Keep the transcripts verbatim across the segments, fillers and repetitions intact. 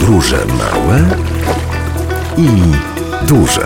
Podróże małe i duże.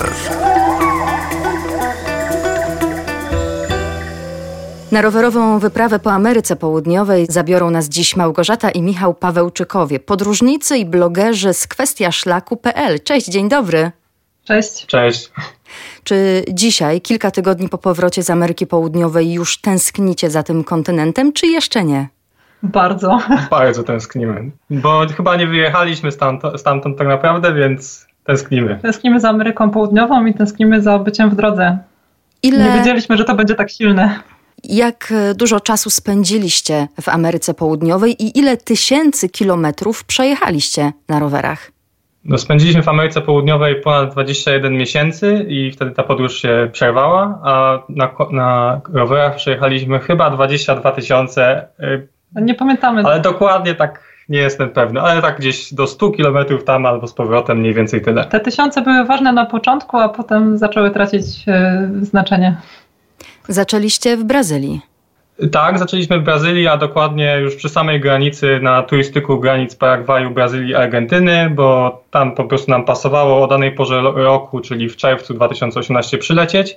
Na rowerową wyprawę po Ameryce Południowej zabiorą nas dziś Małgorzata i Michał Pawełczykowie, podróżnicy i blogerzy z kwestia szlaku kropka pe el. Cześć, dzień dobry. Cześć. Cześć. Czy dzisiaj, kilka tygodni po powrocie z Ameryki Południowej, już tęsknicie za tym kontynentem, czy jeszcze nie? Bardzo. Bardzo tęsknimy, bo chyba nie wyjechaliśmy stamtąd, stamtąd tak naprawdę, więc tęsknimy. Tęsknimy za Ameryką Południową i tęsknimy za byciem w drodze. Ile... Nie wiedzieliśmy, że to będzie tak silne. Jak dużo czasu spędziliście w Ameryce Południowej i ile tysięcy kilometrów przejechaliście na rowerach? No, spędziliśmy w Ameryce Południowej ponad dwadzieścia jeden miesięcy i wtedy ta podróż się przerwała, a na, na rowerach przejechaliśmy chyba dwadzieścia dwa tysiące. Nie pamiętamy. Ale dokładnie tak nie jestem pewny, ale tak gdzieś do stu kilometrów tam albo z powrotem, mniej więcej tyle. Te tysiące były ważne na początku, a potem zaczęły tracić e, znaczenie. Zaczęliście w Brazylii. Tak, zaczęliśmy w Brazylii, a dokładnie już przy samej granicy, na turystyku granic Paragwaju, Brazylii i Argentyny, bo tam po prostu nam pasowało o danej porze roku, czyli w czerwcu dwa tysiące osiemnastego przylecieć.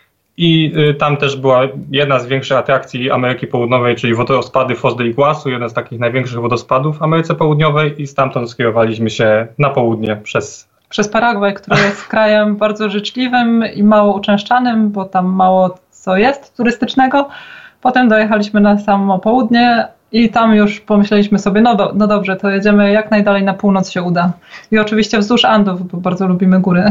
I y, tam też była jedna z większych atrakcji Ameryki Południowej, czyli wodospady Foz do Iguazu, jeden z takich największych wodospadów w Ameryce Południowej i stamtąd skierowaliśmy się na południe przez... Przez Paragwaj, który jest krajem bardzo życzliwym i mało uczęszczanym, bo tam mało co jest turystycznego. Potem dojechaliśmy na samo południe i tam już pomyśleliśmy sobie, no, do, no dobrze, to jedziemy jak najdalej na północ się uda. I oczywiście wzdłuż Andów, bo bardzo lubimy góry.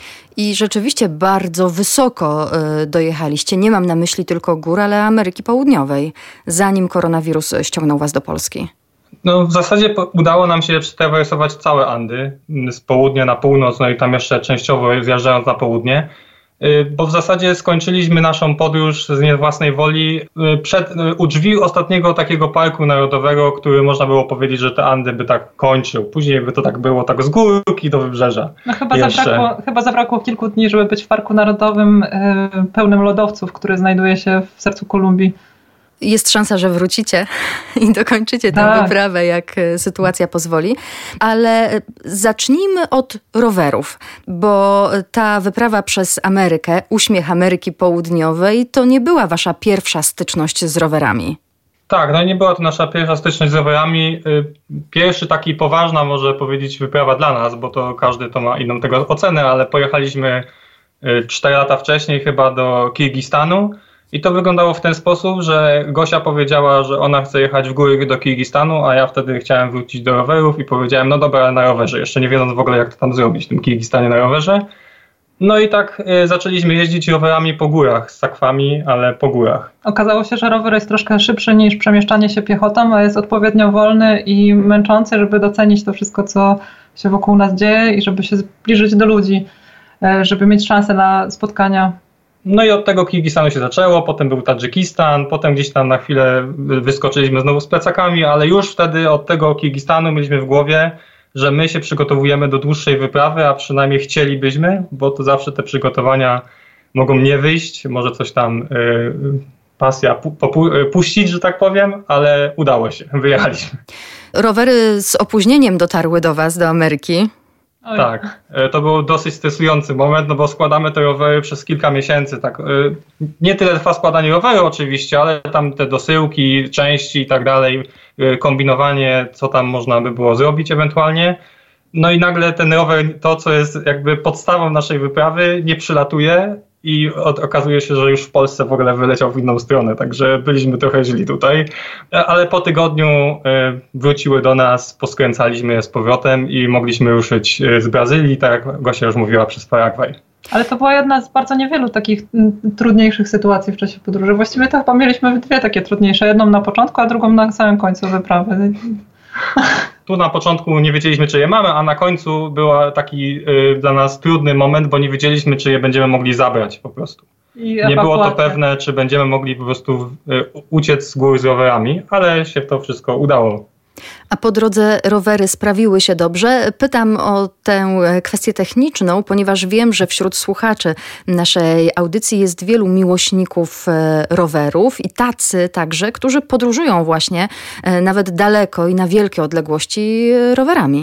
I rzeczywiście bardzo wysoko y, dojechaliście. Nie mam na myśli tylko gór, ale Ameryki Południowej, zanim koronawirus ściągnął was do Polski. No w zasadzie po, udało nam się przetrawersować całe Andy z południa na północ, no i tam jeszcze częściowo zjeżdżając na południe. Bo w zasadzie skończyliśmy naszą podróż z nie własnej woli przed, u drzwi ostatniego takiego parku narodowego, który można było powiedzieć, że te Andy by tak kończył. Później by to tak było tak z górki do wybrzeża. No chyba zabrakło, chyba zabrakło kilku dni, żeby być w parku narodowym yy, pełnym lodowców, który znajduje się w sercu Kolumbii. Jest szansa, że wrócicie i dokończycie tę tak. wyprawę, jak sytuacja pozwoli. Ale zacznijmy od rowerów, bo ta wyprawa przez Amerykę, uśmiech Ameryki Południowej, to nie była wasza pierwsza styczność z rowerami. Tak, no nie była to nasza pierwsza styczność z rowerami. Pierwszy taki poważna, może powiedzieć, wyprawa dla nas, bo to każdy to ma inną tego ocenę, ale pojechaliśmy cztery lata wcześniej chyba do Kirgistanu. I to wyglądało w ten sposób, że Gosia powiedziała, że ona chce jechać w góry do Kirgistanu, a ja wtedy chciałem wrócić do rowerów i powiedziałem, no dobra, ale na rowerze, jeszcze nie wiedząc w ogóle jak to tam zrobić w tym Kirgistanie na rowerze. No i tak y, zaczęliśmy jeździć rowerami po górach, z sakwami, ale po górach. Okazało się, że rower jest troszkę szybszy niż przemieszczanie się piechotą, a jest odpowiednio wolny i męczący, żeby docenić to wszystko, co się wokół nas dzieje i żeby się zbliżyć do ludzi, y, żeby mieć szansę na spotkania. No i od tego Kirgistanu się zaczęło, potem był Tadżykistan, potem gdzieś tam na chwilę wyskoczyliśmy znowu z plecakami, ale już wtedy od tego Kirgistanu mieliśmy w głowie, że my się przygotowujemy do dłuższej wyprawy, a przynajmniej chcielibyśmy, bo to zawsze te przygotowania mogą nie wyjść, może coś tam yy, pasja pu- popu- puścić, że tak powiem, ale udało się, wyjechaliśmy. Rowery z opóźnieniem dotarły do was, do Ameryki. Oj. Tak, to był dosyć stresujący moment, no bo składamy te rowery przez kilka miesięcy. Tak. Nie tyle trwa składanie roweru oczywiście, ale tam te dosyłki, części i tak dalej, kombinowanie, co tam można by było zrobić ewentualnie. No i nagle ten rower, to co jest jakby podstawą naszej wyprawy, nie przylatuje i od, okazuje się, że już w Polsce w ogóle wyleciał w inną stronę, także byliśmy trochę źli tutaj, ale po tygodniu y, wróciły do nas, poskręcaliśmy je z powrotem i mogliśmy ruszyć z Brazylii, tak jak Gosia już mówiła, przez Paragwaj. Ale to była jedna z bardzo niewielu takich m, trudniejszych sytuacji w czasie podróży. Właściwie to chyba mieliśmy dwie takie trudniejsze, jedną na początku, a drugą na samym końcu wyprawy. Tu na początku nie wiedzieliśmy, czy je mamy, a na końcu był taki y, dla nas trudny moment, bo nie wiedzieliśmy, czy je będziemy mogli zabrać po prostu. I nie było to pewne, czy będziemy mogli po prostu y, uciec z góry z rowerami, ale się to wszystko udało. A po drodze rowery sprawiły się dobrze? Pytam o tę kwestię techniczną, ponieważ wiem, że wśród słuchaczy naszej audycji jest wielu miłośników rowerów i tacy także, którzy podróżują właśnie nawet daleko i na wielkie odległości rowerami.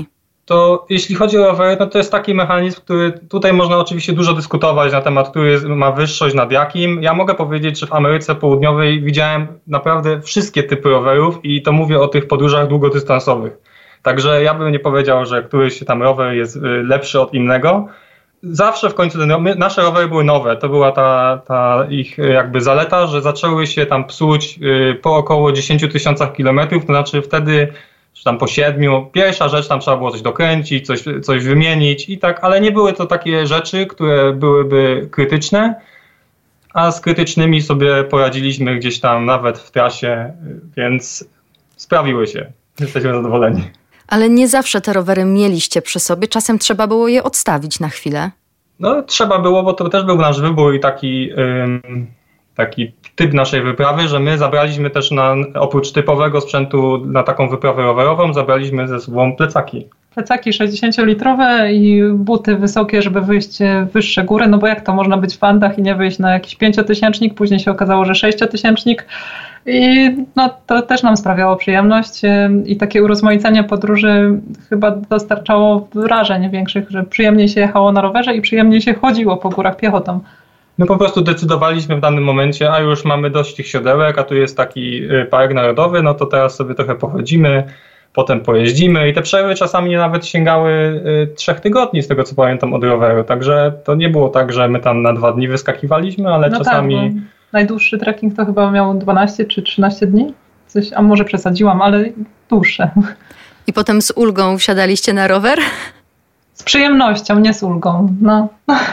To jeśli chodzi o rowery, no to jest taki mechanizm, który tutaj można oczywiście dużo dyskutować na temat, który ma wyższość nad jakim. Ja mogę powiedzieć, że w Ameryce Południowej widziałem naprawdę wszystkie typy rowerów i to mówię o tych podróżach długodystansowych. Także ja bym nie powiedział, że któryś tam rower jest lepszy od innego. Zawsze w końcu nasze rowery były nowe. To była ta, ta ich jakby zaleta, że zaczęły się tam psuć po około dziesięciu tysiącach kilometrów, to znaczy wtedy czy tam po siedmiu. Pierwsza rzecz, tam trzeba było coś dokręcić, coś, coś wymienić i tak, ale nie były to takie rzeczy, które byłyby krytyczne, a z krytycznymi sobie poradziliśmy gdzieś tam nawet w trasie, więc sprawiły się. Jesteśmy zadowoleni. Ale nie zawsze te rowery mieliście przy sobie, czasem trzeba było je odstawić na chwilę. No trzeba było, bo to też był nasz wybór i taki... Ym, taki typ naszej wyprawy, że my zabraliśmy też na, oprócz typowego sprzętu na taką wyprawę rowerową, zabraliśmy ze sobą plecaki. Plecaki sześćdziesięciolitrowe i buty wysokie, żeby wyjść w wyższe góry, no bo jak to można być w Andach i nie wyjść na jakiś pięciotysięcznik, później się okazało, że sześciotysięcznik i no, to też nam sprawiało przyjemność i takie urozmaicenie podróży chyba dostarczało wrażeń większych, że przyjemniej się jechało na rowerze i przyjemniej się chodziło po górach piechotą. My po prostu decydowaliśmy w danym momencie, a już mamy dość tych siodełek, a tu jest taki park narodowy, no to teraz sobie trochę pochodzimy, potem pojeździmy i te przerwy czasami nawet sięgały y, trzech tygodni, z tego co pamiętam, od roweru, także to nie było tak, że my tam na dwa dni wyskakiwaliśmy, ale no czasami... Tak, najdłuższy trekking to chyba miał dwanaście czy trzynaście dni, coś, a może przesadziłam, ale dłuższe. I potem z ulgą wsiadaliście na rower? Z przyjemnością, nie z ulgą, no.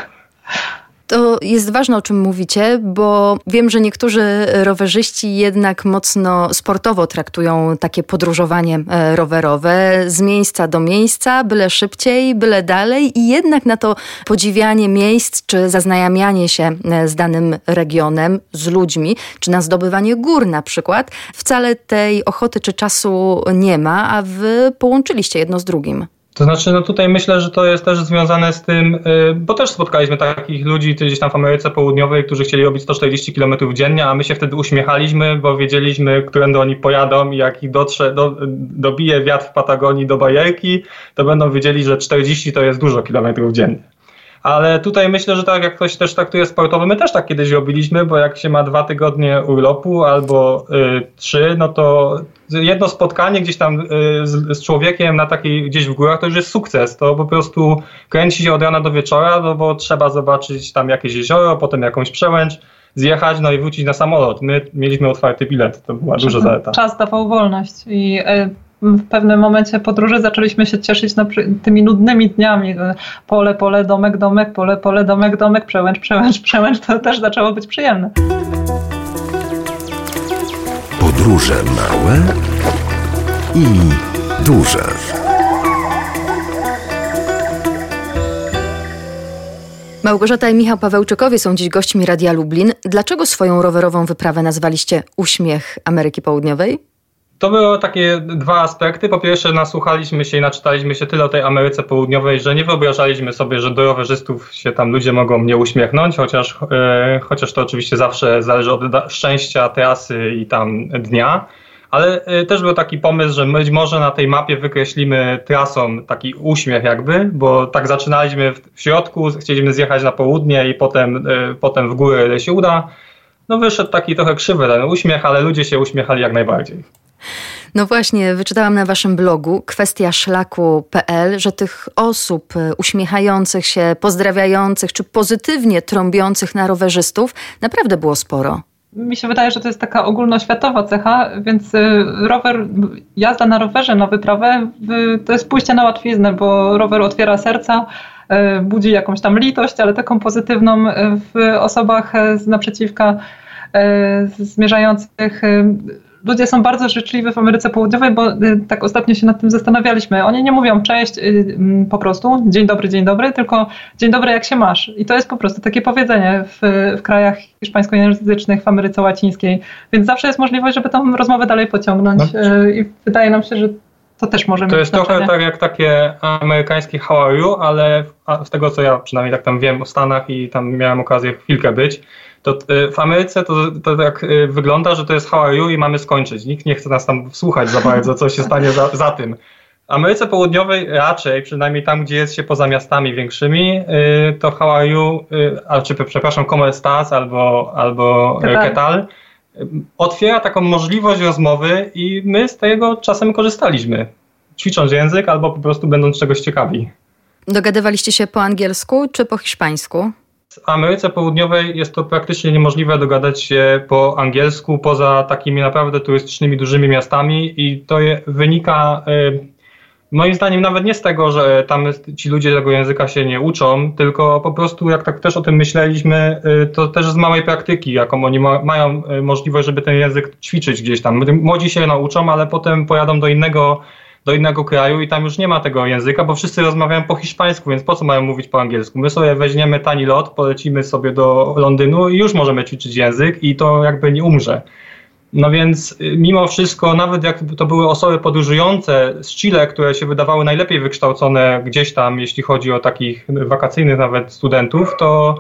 To jest ważne, o czym mówicie, bo wiem, że niektórzy rowerzyści jednak mocno sportowo traktują takie podróżowanie rowerowe z miejsca do miejsca, byle szybciej, byle dalej i jednak na to podziwianie miejsc czy zaznajamianie się z danym regionem, z ludźmi, czy na zdobywanie gór na przykład, wcale tej ochoty czy czasu nie ma, a wy połączyliście jedno z drugim. To znaczy, no tutaj myślę, że to jest też związane z tym, bo też spotkaliśmy takich ludzi gdzieś tam w Ameryce Południowej, którzy chcieli robić sto czterdzieści kilometrów dziennie, a my się wtedy uśmiechaliśmy, bo wiedzieliśmy, którędy oni pojadą i jak ich dotrze, do, dobije wiatr w Patagonii do bajerki, to będą wiedzieli, że czterdzieści to jest dużo kilometrów dziennie. Ale tutaj myślę, że tak jak ktoś też traktuje sportowo, my też tak kiedyś robiliśmy, bo jak się ma dwa tygodnie urlopu albo y, trzy, no to jedno spotkanie gdzieś tam y, z, z człowiekiem na takiej gdzieś w górach to już jest sukces. To po prostu kręci się od rana do wieczora, no bo trzeba zobaczyć tam jakieś jezioro, potem jakąś przełęcz, zjechać, no i wrócić na samolot. My mieliśmy otwarty bilet, to była duża zaleta. Czas dawał wolność i y- w pewnym momencie podróży zaczęliśmy się cieszyć no, tymi nudnymi dniami. Pole, pole, domek, domek, pole, pole, domek, domek, przełęcz, przełęcz, przełęcz. To też zaczęło być przyjemne. Podróże małe i duże. Małgorzata i Michał Pawełczykowie są dziś gośćmi Radia Lublin. Dlaczego swoją rowerową wyprawę nazwaliście Uśmiech Ameryki Południowej? To były takie dwa aspekty. Po pierwsze, nasłuchaliśmy się i naczytaliśmy się tyle o tej Ameryce Południowej, że nie wyobrażaliśmy sobie, że do rowerzystów się tam ludzie mogą nie uśmiechnąć, chociaż, e, chociaż to oczywiście zawsze zależy od da- szczęścia trasy i tam dnia. Ale e, też był taki pomysł, że być może na tej mapie wykreślimy trasą taki uśmiech jakby, bo tak zaczynaliśmy w, w środku, chcieliśmy zjechać na południe i potem, e, potem w górę, ile się uda. No wyszedł taki trochę krzywy ten uśmiech, ale ludzie się uśmiechali jak najbardziej. No właśnie, wyczytałam na waszym blogu kwestia szlaku kropka pe el, że tych osób uśmiechających się, pozdrawiających czy pozytywnie trąbiących na rowerzystów naprawdę było sporo. Mi się wydaje, że to jest taka ogólnoświatowa cecha, więc rower, jazda na rowerze na wyprawę to jest pójście na łatwiznę, bo rower otwiera serca, budzi jakąś tam litość, ale taką pozytywną w osobach z naprzeciwka zmierzających. Ludzie są bardzo życzliwi w Ameryce Południowej, bo tak ostatnio się nad tym zastanawialiśmy. Oni nie mówią cześć po prostu, dzień dobry, dzień dobry, tylko dzień dobry, jak się masz. I to jest po prostu takie powiedzenie w, w krajach hiszpańskojęzycznych, w Ameryce Łacińskiej. Więc zawsze jest możliwość, żeby tą rozmowę dalej pociągnąć. No. I wydaje nam się, że to też może mieć To jest znaczenie. Trochę tak jak takie amerykańskie how are you, ale z tego co ja przynajmniej tak tam wiem o Stanach i tam miałem okazję chwilkę być, to w Ameryce to, to tak wygląda, że to jest how are you i mamy skończyć. Nikt nie chce nas tam słuchać za bardzo, co się stanie za, za tym. W Ameryce Południowej raczej, przynajmniej tam, gdzie jest się poza miastami większymi, to how are you, a, czy przepraszam, como estás albo, albo ¿qué tal? Otwiera taką możliwość rozmowy i my z tego czasem korzystaliśmy, ćwicząc język albo po prostu będąc czegoś ciekawi. Dogadywaliście się po angielsku czy po hiszpańsku? W Ameryce Południowej jest to praktycznie niemożliwe dogadać się po angielsku poza takimi naprawdę turystycznymi dużymi miastami i to je, wynika y, moim zdaniem nawet nie z tego, że tam ci ludzie tego języka się nie uczą, tylko po prostu jak tak też o tym myśleliśmy, y, to też z małej praktyki, jaką oni ma, mają y, możliwość, żeby ten język ćwiczyć gdzieś tam. Młodzi się nauczą, ale potem pojadą do innego do innego kraju i tam już nie ma tego języka, bo wszyscy rozmawiają po hiszpańsku, więc po co mają mówić po angielsku? My sobie weźmiemy tani lot, polecimy sobie do Londynu i już możemy ćwiczyć język i to jakby nie umrze. No więc mimo wszystko, nawet jak to były osoby podróżujące z Chile, które się wydawały najlepiej wykształcone gdzieś tam, jeśli chodzi o takich wakacyjnych nawet studentów, to,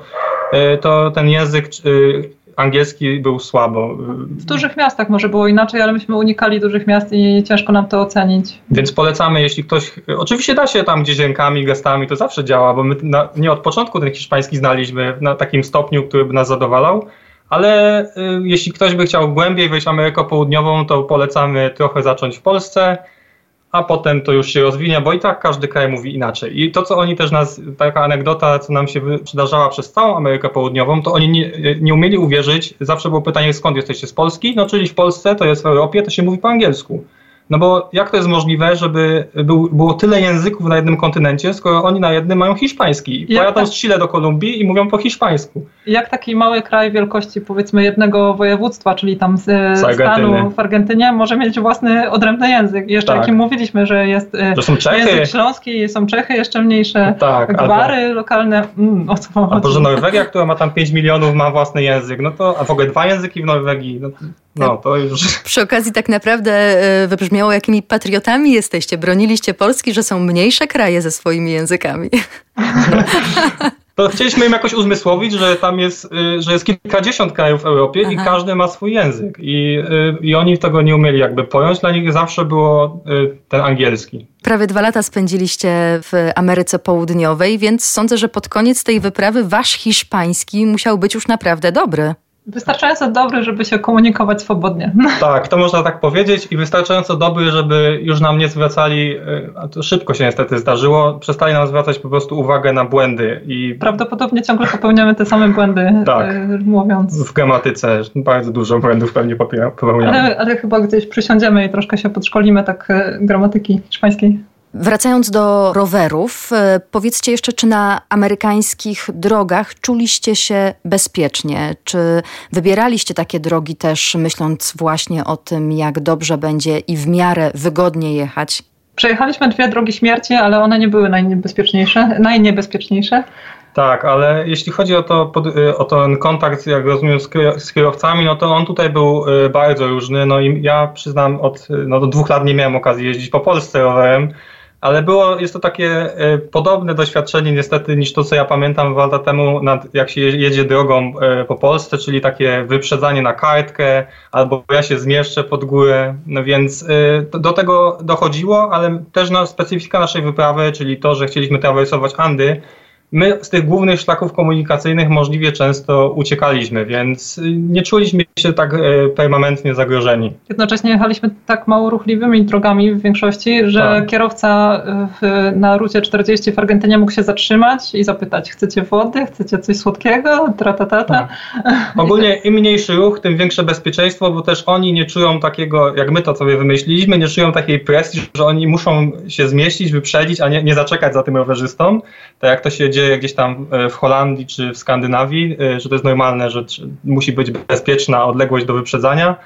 to ten język angielski był słabo. W dużych miastach może było inaczej, ale myśmy unikali dużych miast i ciężko nam to ocenić. Więc polecamy, jeśli ktoś... Oczywiście da się tam gdzieś rękami, gestami, to zawsze działa, bo my na, nie od początku ten hiszpański znaliśmy na takim stopniu, który by nas zadowalał, ale y, jeśli ktoś by chciał głębiej wejść w Amerykę Południową, to polecamy trochę zacząć w Polsce, a potem to już się rozwinie, bo i tak każdy kraj mówi inaczej. I to, co oni też nas, taka anegdota, co nam się przydarzała przez całą Amerykę Południową, to oni nie, nie umieli uwierzyć, zawsze było pytanie, skąd jesteście, z Polski? No czyli w Polsce, to jest w Europie, to się mówi po angielsku. No bo jak to jest możliwe, żeby był, było tyle języków na jednym kontynencie, skoro oni na jednym mają hiszpański? Pojadą tak z Chile do Kolumbii i mówią po hiszpańsku. Jak taki mały kraj wielkości powiedzmy jednego województwa, czyli tam z, z stanu w Argentynie, może mieć własny odrębny język. I jeszcze tak. jakim mówiliśmy, że jest że są Czechy. Język śląski, są Czechy jeszcze mniejsze, tak, gwary albo, lokalne. Mm, o co mam albo że Norwegia, która ma tam pięć milionów, ma własny język. No to, a w ogóle dwa języki w Norwegii. No, no to już... Przy okazji tak naprawdę wybrzmiało, jakimi patriotami jesteście. Broniliście Polski, że są mniejsze kraje ze swoimi językami. To chcieliśmy im jakoś uzmysłowić, że tam jest, że jest kilkadziesiąt krajów w Europie Aha. i każdy ma swój język. I, I oni tego nie umieli jakby pojąć. Dla nich zawsze było ten angielski. Prawie dwa lata spędziliście w Ameryce Południowej, więc sądzę, że pod koniec tej wyprawy wasz hiszpański musiał być już naprawdę dobry. Wystarczająco dobry, żeby się komunikować swobodnie. Tak, to można tak powiedzieć i wystarczająco dobry, żeby już nam nie zwracali, a to szybko się niestety zdarzyło, przestali nam zwracać po prostu uwagę na błędy. I prawdopodobnie ciągle popełniamy te same błędy, tak, mówiąc. W gramatyce bardzo dużo błędów pewnie popełniamy. Ale, ale chyba gdzieś przysiądziemy i troszkę się podszkolimy tak gramatyki hiszpańskiej. Wracając do rowerów, powiedzcie jeszcze, czy na amerykańskich drogach czuliście się bezpiecznie? Czy wybieraliście takie drogi też myśląc właśnie o tym, jak dobrze będzie i w miarę wygodnie jechać? Przejechaliśmy dwie drogi śmierci, ale one nie były najniebezpieczniejsze, najniebezpieczniejsze. Tak, ale jeśli chodzi o, to, o ten kontakt, jak rozumiem, z kierowcami, no to on tutaj był bardzo różny. No i ja przyznam, od, no do dwóch lat nie miałem okazji jeździć po Polsce rowerem, ale było, jest to takie y, podobne doświadczenie niestety niż to, co ja pamiętam dwa lata temu, nad, jak się jedzie drogą y, po Polsce, czyli takie wyprzedzanie na kartkę, albo ja się zmieszczę pod górę, no więc y, to, do tego dochodziło, ale też na specyfika naszej wyprawy, czyli to, że chcieliśmy trawersować Andy, my z tych głównych szlaków komunikacyjnych możliwie często uciekaliśmy, więc nie czuliśmy się tak permanentnie zagrożeni. Jednocześnie jechaliśmy tak mało ruchliwymi drogami w większości, że tak. kierowca w, na rucie czterdzieści w Argentynie mógł się zatrzymać i zapytać, chcecie wody, chcecie coś słodkiego, tratatata. Tak. Ogólnie im mniejszy ruch, tym większe bezpieczeństwo, bo też oni nie czują takiego, jak my to sobie wymyśliliśmy, nie czują takiej presji, że oni muszą się zmieścić, wyprzedzić, a nie, nie zaczekać za tym rowerzystą, tak jak to się dzieje gdzieś tam w Holandii czy w Skandynawii, że to jest normalne, że musi być bezpieczna odległość do wyprzedzania.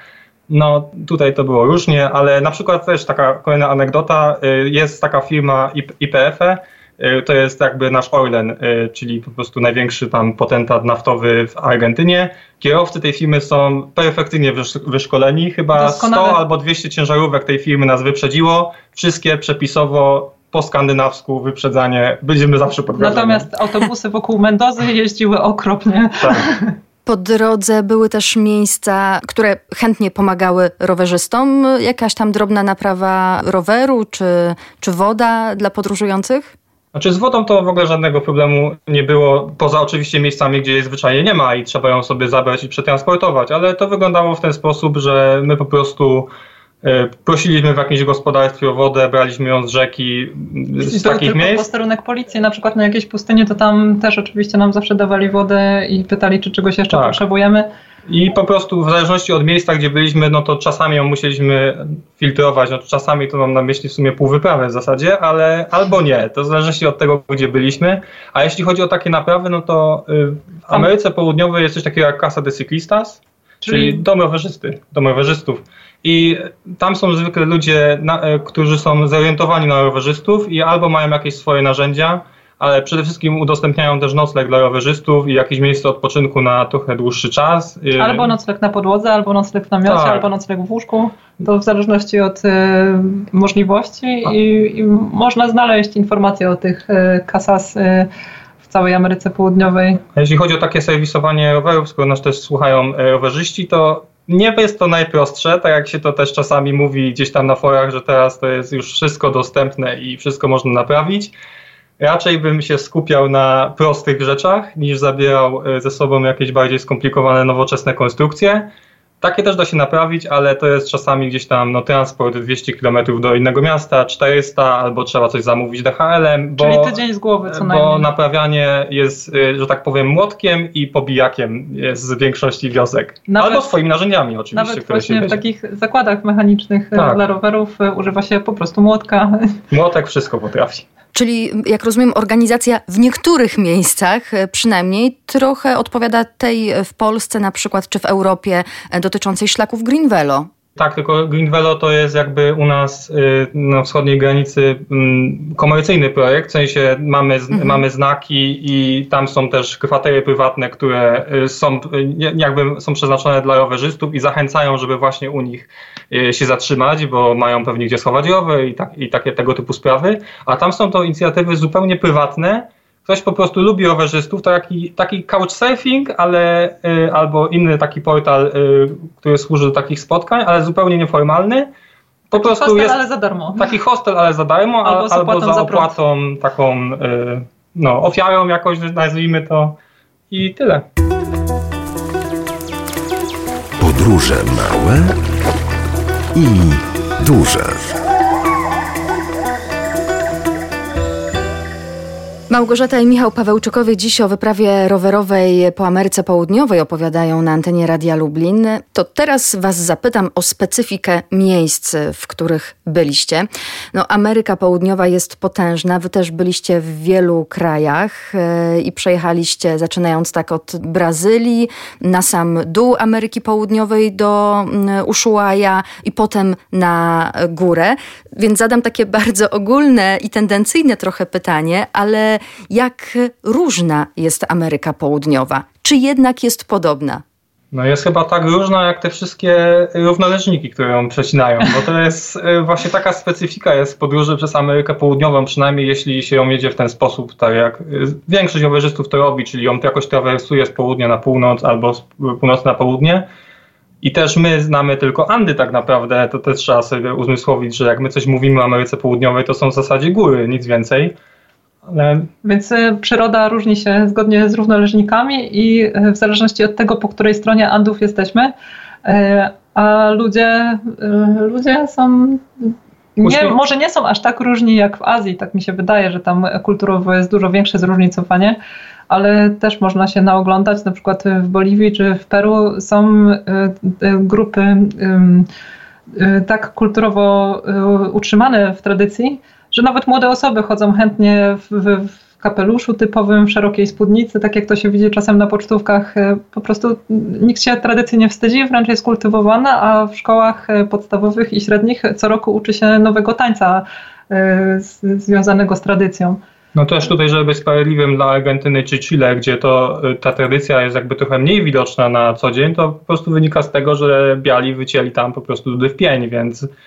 No tutaj to było różnie, ale na przykład też taka kolejna anegdota, jest taka firma I P F E, to jest jakby nasz Orlen, czyli po prostu największy tam potentat naftowy w Argentynie. Kierowcy tej firmy są perfekcyjnie wyszkoleni, chyba Doskonale. sto albo dwieście ciężarówek tej firmy nas wyprzedziło, wszystkie przepisowo po skandynawsku wyprzedzanie, będziemy zawsze pod wrażeniem. Natomiast autobusy wokół Mendozy jeździły okropnie. Tak. Po drodze były też miejsca, które chętnie pomagały rowerzystom. Jakaś tam drobna naprawa roweru, czy, czy woda dla podróżujących? Znaczy z wodą to w ogóle żadnego problemu nie było, poza oczywiście miejscami, gdzie jej zwyczajnie nie ma i trzeba ją sobie zabrać i przetransportować, ale to wyglądało w ten sposób, że my po prostu prosiliśmy w jakimś gospodarstwie o wodę, braliśmy ją z rzeki, z to takich tylko miejsc. Posterunek policji, na przykład na jakiejś pustyni, to tam też oczywiście nam zawsze dawali wodę i pytali, czy czegoś jeszcze tak. potrzebujemy. I po prostu w zależności od miejsca, gdzie byliśmy, no to czasami ją musieliśmy filtrować, no to czasami to mam na myśli w sumie pół wyprawy w zasadzie, ale albo nie, to w zależności od tego, gdzie byliśmy. A jeśli chodzi o takie naprawy, no to w Ameryce Południowej jest coś takiego jak Casa de Ciclistas, czyli, czyli dom rowerzysty, dom rowerzystów. I tam są zwykle ludzie, na, którzy są zorientowani na rowerzystów i albo mają jakieś swoje narzędzia, ale przede wszystkim udostępniają też nocleg dla rowerzystów i jakieś miejsce odpoczynku na trochę dłuższy czas. Albo nocleg na podłodze, albo nocleg w namiocie, tak. albo nocleg w łóżku. To w zależności od y, możliwości i, i można znaleźć informacje o tych y, casas y, w całej Ameryce Południowej. A jeśli chodzi o takie serwisowanie rowerów, skoro nas też słuchają rowerzyści, to nie jest to najprostsze, tak jak się to też czasami mówi gdzieś tam na forach, że teraz to jest już wszystko dostępne i wszystko można naprawić. Raczej bym się skupiał na prostych rzeczach, niż zabierał ze sobą jakieś bardziej skomplikowane, nowoczesne konstrukcje. Takie też da się naprawić, ale to jest czasami gdzieś tam no, transport dwieście kilometrów do innego miasta, czterysta, albo trzeba coś zamówić D H L-em. Bo, Czyli tydzień z głowy co najmniej. Bo naprawianie jest, że tak powiem, młotkiem i pobijakiem jest z większości wiosek. Nawet, albo swoimi narzędziami oczywiście. Nawet które właśnie się w takich zakładach mechanicznych tak. dla rowerów używa się po prostu młotka. Młotek wszystko potrafi. Czyli, jak rozumiem, organizacja w niektórych miejscach przynajmniej trochę odpowiada tej w Polsce na przykład, czy w Europie dotyczącej szlaków Green Velo. Tak, tylko Green Velo to jest jakby u nas na wschodniej granicy komercyjny projekt, w sensie mamy, mhm. mamy znaki i tam są też kwatery prywatne, które są jakby są przeznaczone dla rowerzystów i zachęcają, żeby właśnie u nich się zatrzymać, bo mają pewnie gdzie schować rower i, tak, i takie tego typu sprawy, a tam są to inicjatywy zupełnie prywatne. Ktoś po prostu lubi rowerzystów, to taki, taki couchsurfing, ale y, albo inny taki portal, y, który służy do takich spotkań, ale zupełnie nieformalny. Po taki prostu hostel, jest ale za darmo. Taki hostel, ale za darmo, albo, albo za, za opłatą taką y, no, ofiarą jakoś, nazwijmy to i tyle. Podróże małe i duże. Małgorzata i Michał Pawełczykowie dziś o wyprawie rowerowej po Ameryce Południowej opowiadają na antenie Radia Lublin. To teraz was zapytam o specyfikę miejsc, w których byliście. No, Ameryka Południowa jest potężna. Wy też byliście w wielu krajach yy, i przejechaliście, zaczynając tak od Brazylii, na sam dół Ameryki Południowej do yy, Ushuaia i potem na górę. Więc zadam takie bardzo ogólne i tendencyjne trochę pytanie, ale jak różna jest Ameryka Południowa? Czy jednak jest podobna? No jest chyba tak różna jak te wszystkie równoleżniki, które ją przecinają, bo to jest właśnie taka specyfika jest podróży przez Amerykę Południową, przynajmniej jeśli się ją jedzie w ten sposób, tak jak większość rowerzystów to robi, czyli ją jakoś trawersuje z południa na północ albo z północy na południe. I też my znamy tylko Andy tak naprawdę, to też trzeba sobie uzmysłowić, że jak my coś mówimy o Ameryce Południowej, to są w zasadzie góry, nic więcej. Ale... Więc y, przyroda różni się zgodnie z równoleżnikami i y, w zależności od tego, po której stronie Andów jesteśmy, y, a ludzie, y, ludzie są... Nie, może nie są aż tak różni jak w Azji, tak mi się wydaje, że tam kulturowo jest dużo większe zróżnicowanie, ale też można się naoglądać, na przykład w Boliwii czy w Peru są grupy tak kulturowo utrzymane w tradycji, że nawet młode osoby chodzą chętnie w, w kapeluszu typowym, w szerokiej spódnicy, tak jak to się widzi czasem na pocztówkach. Po prostu nikt się tradycji nie wstydzi, wręcz jest kultywowana, a w szkołach podstawowych i średnich co roku uczy się nowego tańca z, związanego z tradycją. No też tutaj, żeby być sprawiedliwym dla Argentyny czy Chile, gdzie to ta tradycja jest jakby trochę mniej widoczna na co dzień, to po prostu wynika z tego, że biali wycięli tam po prostu ludy w pień, więc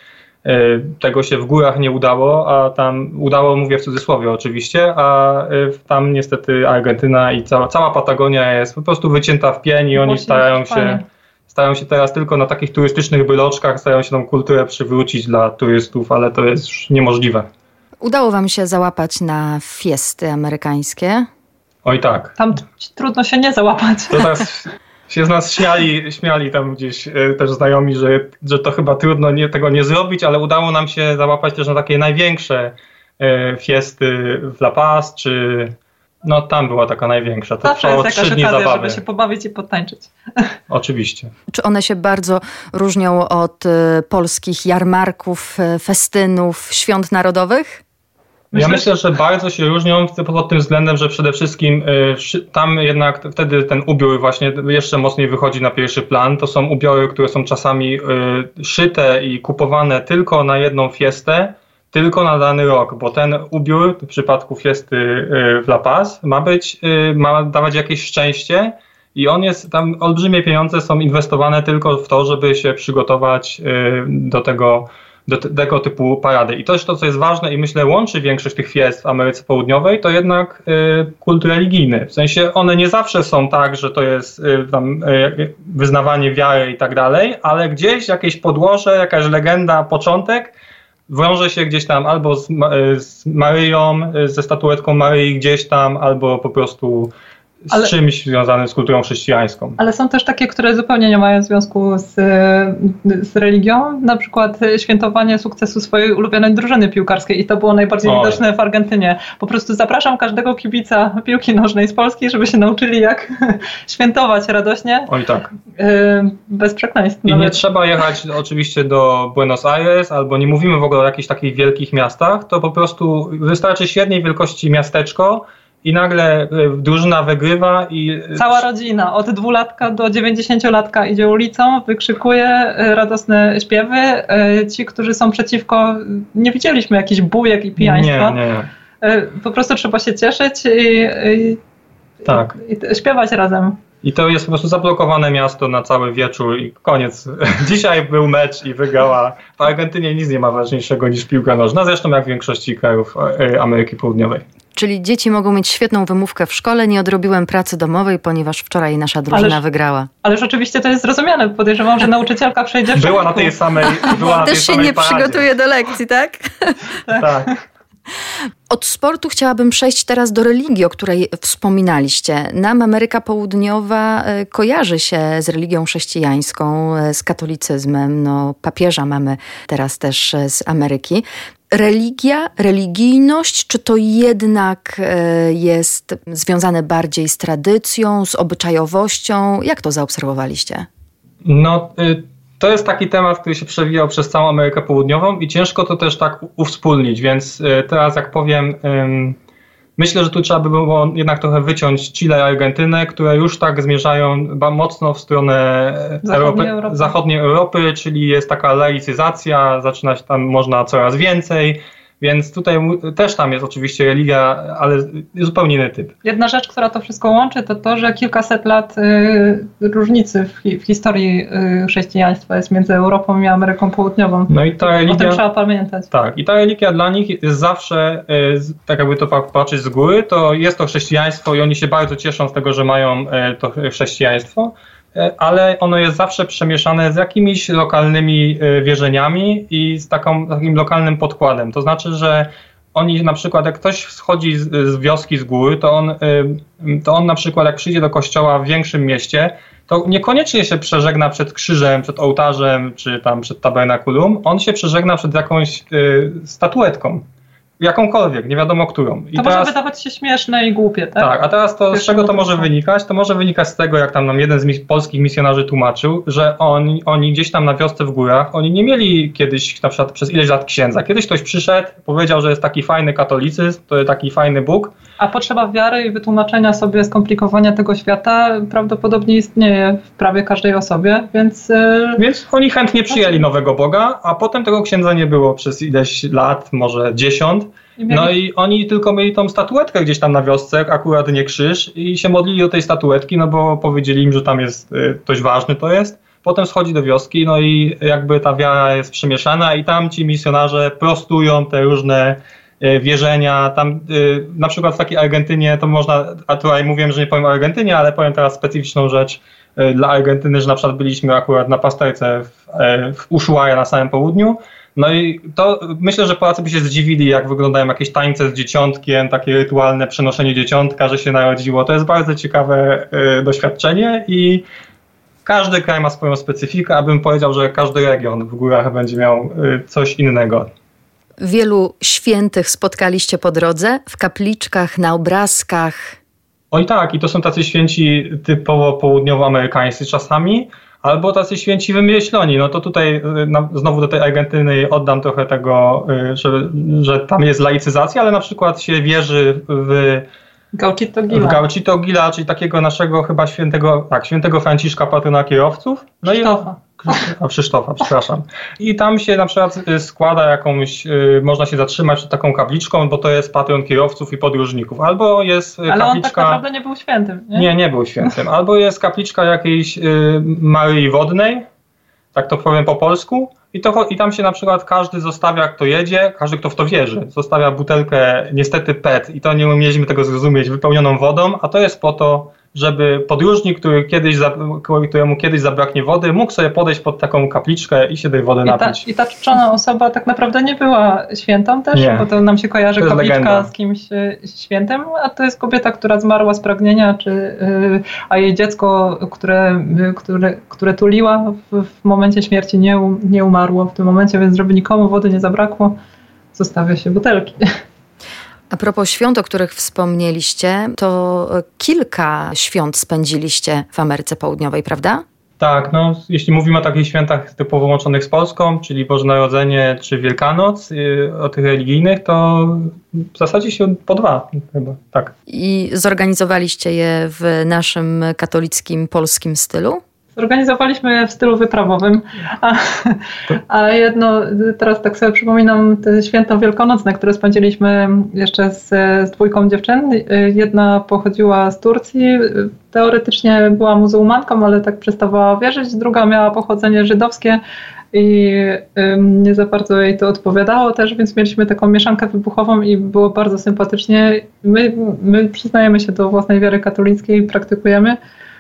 Tego się w górach nie udało, a tam udało, mówię w cudzysłowie oczywiście, a tam niestety Argentyna i cała, cała Patagonia jest po prostu wycięta w pień i oni starają się, starają się teraz tylko na takich turystycznych byloczkach, starają się tą kulturę przywrócić dla turystów, ale to jest już niemożliwe. Udało wam się załapać na fiesty amerykańskie? Oj tak. Tam t- trudno się nie załapać. To teraz się z nas śmiali, śmiali tam gdzieś też znajomi, że, że to chyba trudno nie, tego nie zrobić, ale udało nam się załapać też na takie największe e, fiesty w La Paz, czy no tam była taka największa. To zawsze trwało jest trzy jakaś dni okazja, zabawy. żeby się pobawić i podtańczyć. Oczywiście. Czy one się bardzo różnią od y, polskich jarmarków, y, festynów, świąt narodowych? Ja myślę, że bardzo się różnią pod tym względem, że przede wszystkim y, tam jednak wtedy ten ubiór właśnie jeszcze mocniej wychodzi na pierwszy plan. To są ubiory, które są czasami y, szyte i kupowane tylko na jedną fiestę, tylko na dany rok, bo ten ubiór w przypadku fiesty y, w La Paz ma być, y, ma dawać jakieś szczęście i on jest, tam olbrzymie pieniądze są inwestowane tylko w to, żeby się przygotować y, do tego do tego typu parady. I też to, co jest ważne i myślę łączy większość tych fiest w Ameryce Południowej, to jednak y, kult religijny. W sensie one nie zawsze są tak, że to jest y, tam, y, wyznawanie wiary i tak dalej, ale gdzieś jakieś podłoże, jakaś legenda, początek wiąże się gdzieś tam albo z, z Maryją, ze statuetką Maryi gdzieś tam, albo po prostu z ale, czymś związanym z kulturą chrześcijańską. Ale są też takie, które zupełnie nie mają związku z, z religią, na przykład świętowanie sukcesu swojej ulubionej drużyny piłkarskiej i to było najbardziej Oj. widoczne w Argentynie. Po prostu zapraszam każdego kibica piłki nożnej z Polski, żeby się nauczyli jak świętować radośnie. Oj tak. Bez przekleństw. I nawet. Nie trzeba jechać oczywiście do Buenos Aires, albo nie mówimy w ogóle o jakichś takich wielkich miastach, to po prostu wystarczy średniej wielkości miasteczko, i nagle drużyna wygrywa i... Cała rodzina, od dwulatka do dziewięćdziesięciolatka idzie ulicą, wykrzykuje radosne śpiewy. Ci, którzy są przeciwko, nie widzieliśmy jakichś bujek i pijaństwa. Nie, nie. Po prostu trzeba się cieszyć i, i, tak. i śpiewać razem. I to jest po prostu zablokowane miasto na cały wieczór i koniec. Dzisiaj był mecz i wygrała. W Argentynie nic nie ma ważniejszego niż piłka nożna, zresztą jak w większości krajów Ameryki Południowej. Czyli dzieci mogą mieć świetną wymówkę w szkole. Nie odrobiłem pracy domowej, ponieważ wczoraj nasza drużyna ależ, wygrała. Ależ oczywiście to jest zrozumiane. Podejrzewam, że nauczycielka przejdzie w Była na tej samej była na tej Też się samej nie paradzie. przygotuje do lekcji, tak? Tak. Od sportu chciałabym przejść teraz do religii, o której wspominaliście. Nam Ameryka Południowa kojarzy się z religią chrześcijańską, z katolicyzmem. No, papieża mamy teraz też z Ameryki. Religia, religijność, czy to jednak jest związane bardziej z tradycją, z obyczajowością? Jak to zaobserwowaliście? No, y- To jest taki temat, który się przewijał przez całą Amerykę Południową i ciężko to też tak uwspólnić, więc teraz jak powiem, myślę, że tu trzeba by było jednak trochę wyciąć Chile i Argentynę, które już tak zmierzają mocno w stronę zachodniej Europy, Europy. zachodniej Europy, czyli jest taka laicyzacja, zaczyna się tam można coraz więcej. Więc tutaj też tam jest oczywiście religia, ale zupełnie inny typ. Jedna rzecz, która to wszystko łączy, to to, że kilkaset lat y, różnicy w, hi, w historii y, chrześcijaństwa jest między Europą i Ameryką Południową. No i ta religia, o tym trzeba pamiętać. Tak, i ta religia dla nich jest zawsze, y, tak jakby to patrzeć z góry, to jest to chrześcijaństwo i oni się bardzo cieszą z tego, że mają y, to chrześcijaństwo, ale ono jest zawsze przemieszane z jakimiś lokalnymi wierzeniami i z taką, takim lokalnym podkładem. To znaczy, że oni na przykład, jak ktoś schodzi z, z wioski z góry, to on, to on na przykład jak przyjdzie do kościoła w większym mieście, to niekoniecznie się przeżegna przed krzyżem, przed ołtarzem, czy tam przed tabernakulum, on się przeżegna przed jakąś y, statuetką. Jakąkolwiek, nie wiadomo którą. I to teraz, może wydawać się śmieszne i głupie, tak? Tak, a teraz to z czego to może wynikać? To może wynikać z tego, jak tam nam jeden z mis- polskich misjonarzy tłumaczył, że oni, oni gdzieś tam na wiosce w górach, oni nie mieli kiedyś, na przykład przez ileś lat księdza. Kiedyś ktoś przyszedł, powiedział, że jest taki fajny katolicyzm, to jest taki fajny Bóg. A potrzeba wiary i wytłumaczenia sobie skomplikowania tego świata prawdopodobnie istnieje w prawie każdej osobie, więc... Yy... Więc oni chętnie przyjęli nowego Boga, a potem tego księdza nie było przez ileś lat, może dziesiąt. No i oni tylko mieli tą statuetkę gdzieś tam na wiosce, akurat nie krzyż i się modlili do tej statuetki, no bo powiedzieli im, że tam jest y, ktoś ważny to jest. potem schodzi do wioski, no i jakby ta wiara jest przemieszana i tam ci misjonarze prostują te różne wierzenia, tam na przykład w takiej Argentynie to można, a tutaj mówiłem, że nie powiem o Argentynie, ale powiem teraz specyficzną rzecz dla Argentyny, że na przykład byliśmy akurat na pasterce w, w Ushuaia na samym południu. No i to myślę, że Polacy by się zdziwili, jak wyglądają jakieś tańce z dzieciątkiem, takie rytualne przenoszenie dzieciątka, że się narodziło. To jest bardzo ciekawe y, doświadczenie i każdy kraj ma swoją specyfikę, a bym powiedział, że każdy region w górach będzie miał y, coś innego. Wielu świętych spotkaliście po drodze, w kapliczkach, na obrazkach. Oj tak, i to są tacy święci typowo południowoamerykańscy czasami, albo tacy święci wymyśloni. No to tutaj na, znowu do tej Argentyny oddam trochę tego, że, że tam jest laicyzacja, ale na przykład się wierzy w Gauchito Gila. W Gauchito Gila, czyli takiego naszego chyba świętego, tak, świętego Franciszka, patrona kierowców. No Krzysztofa. I, a Krzysztofa, przepraszam. I tam się na przykład składa jakąś, można się zatrzymać przed taką kapliczką, bo to jest patron kierowców i podróżników. Albo jest Ale kapliczka... on tak naprawdę nie był świętym, nie? Nie, nie był świętym. Albo jest kapliczka jakiejś y, Maryi Wodnej, tak to powiem po polsku, i, to, i tam się na przykład każdy zostawia, kto jedzie, każdy, kto w to wierzy, zostawia butelkę, niestety P E T, i to nie umieliśmy tego zrozumieć, wypełnioną wodą, a to jest po to, żeby podróżnik, który kiedyś, któremu kiedyś zabraknie wody, mógł sobie podejść pod taką kapliczkę i się tej wody napić. I ta, i ta czczona osoba tak naprawdę nie była świętą też, nie. Bo to nam się kojarzy to kapliczka legenda. z kimś świętym, a to jest kobieta, która zmarła z pragnienia, czy, a jej dziecko, które, które, które tuliła w, w momencie śmierci nie, nie umarło w tym momencie, więc żeby nikomu wody nie zabrakło, zostawia się butelki. A propos świąt, o których wspomnieliście, to kilka świąt spędziliście w Ameryce Południowej, prawda? Tak, no jeśli mówimy o takich świętach typowo łączonych z Polską, czyli Boże Narodzenie czy Wielkanoc, yy, o tych religijnych, to w zasadzie się po dwa chyba, tak. I zorganizowaliście je w naszym katolickim, polskim stylu? Zorganizowaliśmy je w stylu wyprawowym, a, a jedno, teraz tak sobie przypominam te święta wielkanocne, które spędziliśmy jeszcze z, z dwójką dziewczyn. Jedna pochodziła z Turcji, teoretycznie była muzułmanką, ale tak przestawała wierzyć. Druga miała pochodzenie żydowskie i ym, nie za bardzo jej to odpowiadało też, więc mieliśmy taką mieszankę wybuchową i było bardzo sympatycznie. My, my przyznajemy się do własnej wiary katolickiej, praktykujemy.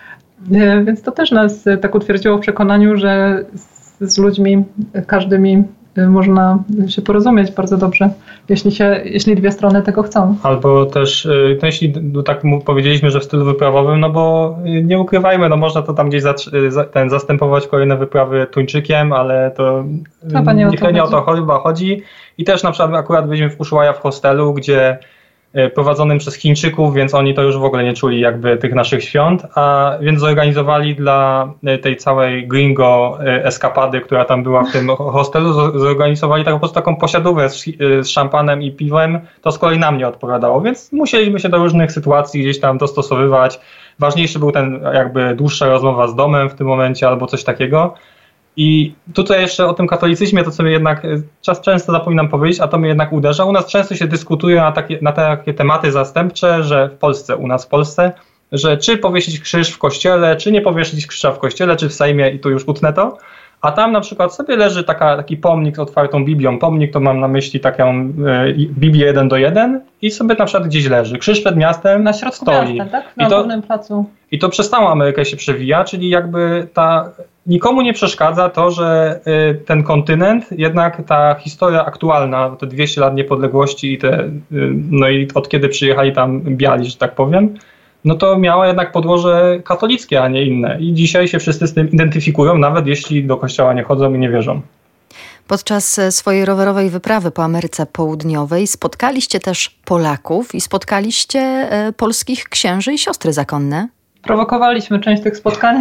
Więc to też nas tak utwierdziło w przekonaniu, że z, z ludźmi każdymi można się porozumieć bardzo dobrze, jeśli, się, jeśli dwie strony tego chcą. Albo też, no jeśli tak powiedzieliśmy, że w stylu wyprawowym, no bo nie ukrywajmy, no można to tam gdzieś za, ten, zastępować kolejne wyprawy tuńczykiem, ale to chyba nie, nie, nie o to chyba chodzi. I też na przykład akurat byliśmy w Ushuaia w hostelu, gdzie prowadzonym przez Chińczyków, więc oni to już w ogóle nie czuli jakby tych naszych świąt, a więc zorganizowali dla tej całej gringo eskapady, która tam była w tym hostelu, zorganizowali tak po prostu taką posiadówkę z, z szampanem i piwem, to z kolei nam nie odpowiadało, więc musieliśmy się do różnych sytuacji gdzieś tam dostosowywać. Ważniejszy był ten jakby dłuższa rozmowa z domem w tym momencie albo coś takiego. I tutaj jeszcze o tym katolicyzmie, to co mnie jednak czas często zapominam powiedzieć, a to mnie jednak uderza. U nas często się dyskutuje na takie, na takie tematy zastępcze, że w Polsce, u nas w Polsce, że czy powiesić krzyż w kościele, czy nie powiesić krzyża w kościele, czy w Sejmie i tu już utnę to. A tam na przykład sobie leży taka, taki pomnik z otwartą Biblią. Pomnik to mam na myśli taką e, Biblię jeden do jeden i sobie na przykład gdzieś leży. Krzyż przed miastem na środku stoi. miasta, tak? Na I to, głównym placu. I to przez całą Amerykę się przewija, czyli jakby ta... Nikomu nie przeszkadza to, że y, ten kontynent, jednak ta historia aktualna, te dwieście lat niepodległości i te, y, no i od kiedy przyjechali tam biali, że tak powiem, no to miała jednak podłoże katolickie, a nie inne. I dzisiaj się wszyscy z tym identyfikują, nawet jeśli do kościoła nie chodzą i nie wierzą. Podczas swojej rowerowej wyprawy po Ameryce Południowej spotkaliście też Polaków i spotkaliście y, polskich księży i siostry zakonne. Prowokowaliśmy część tych spotkań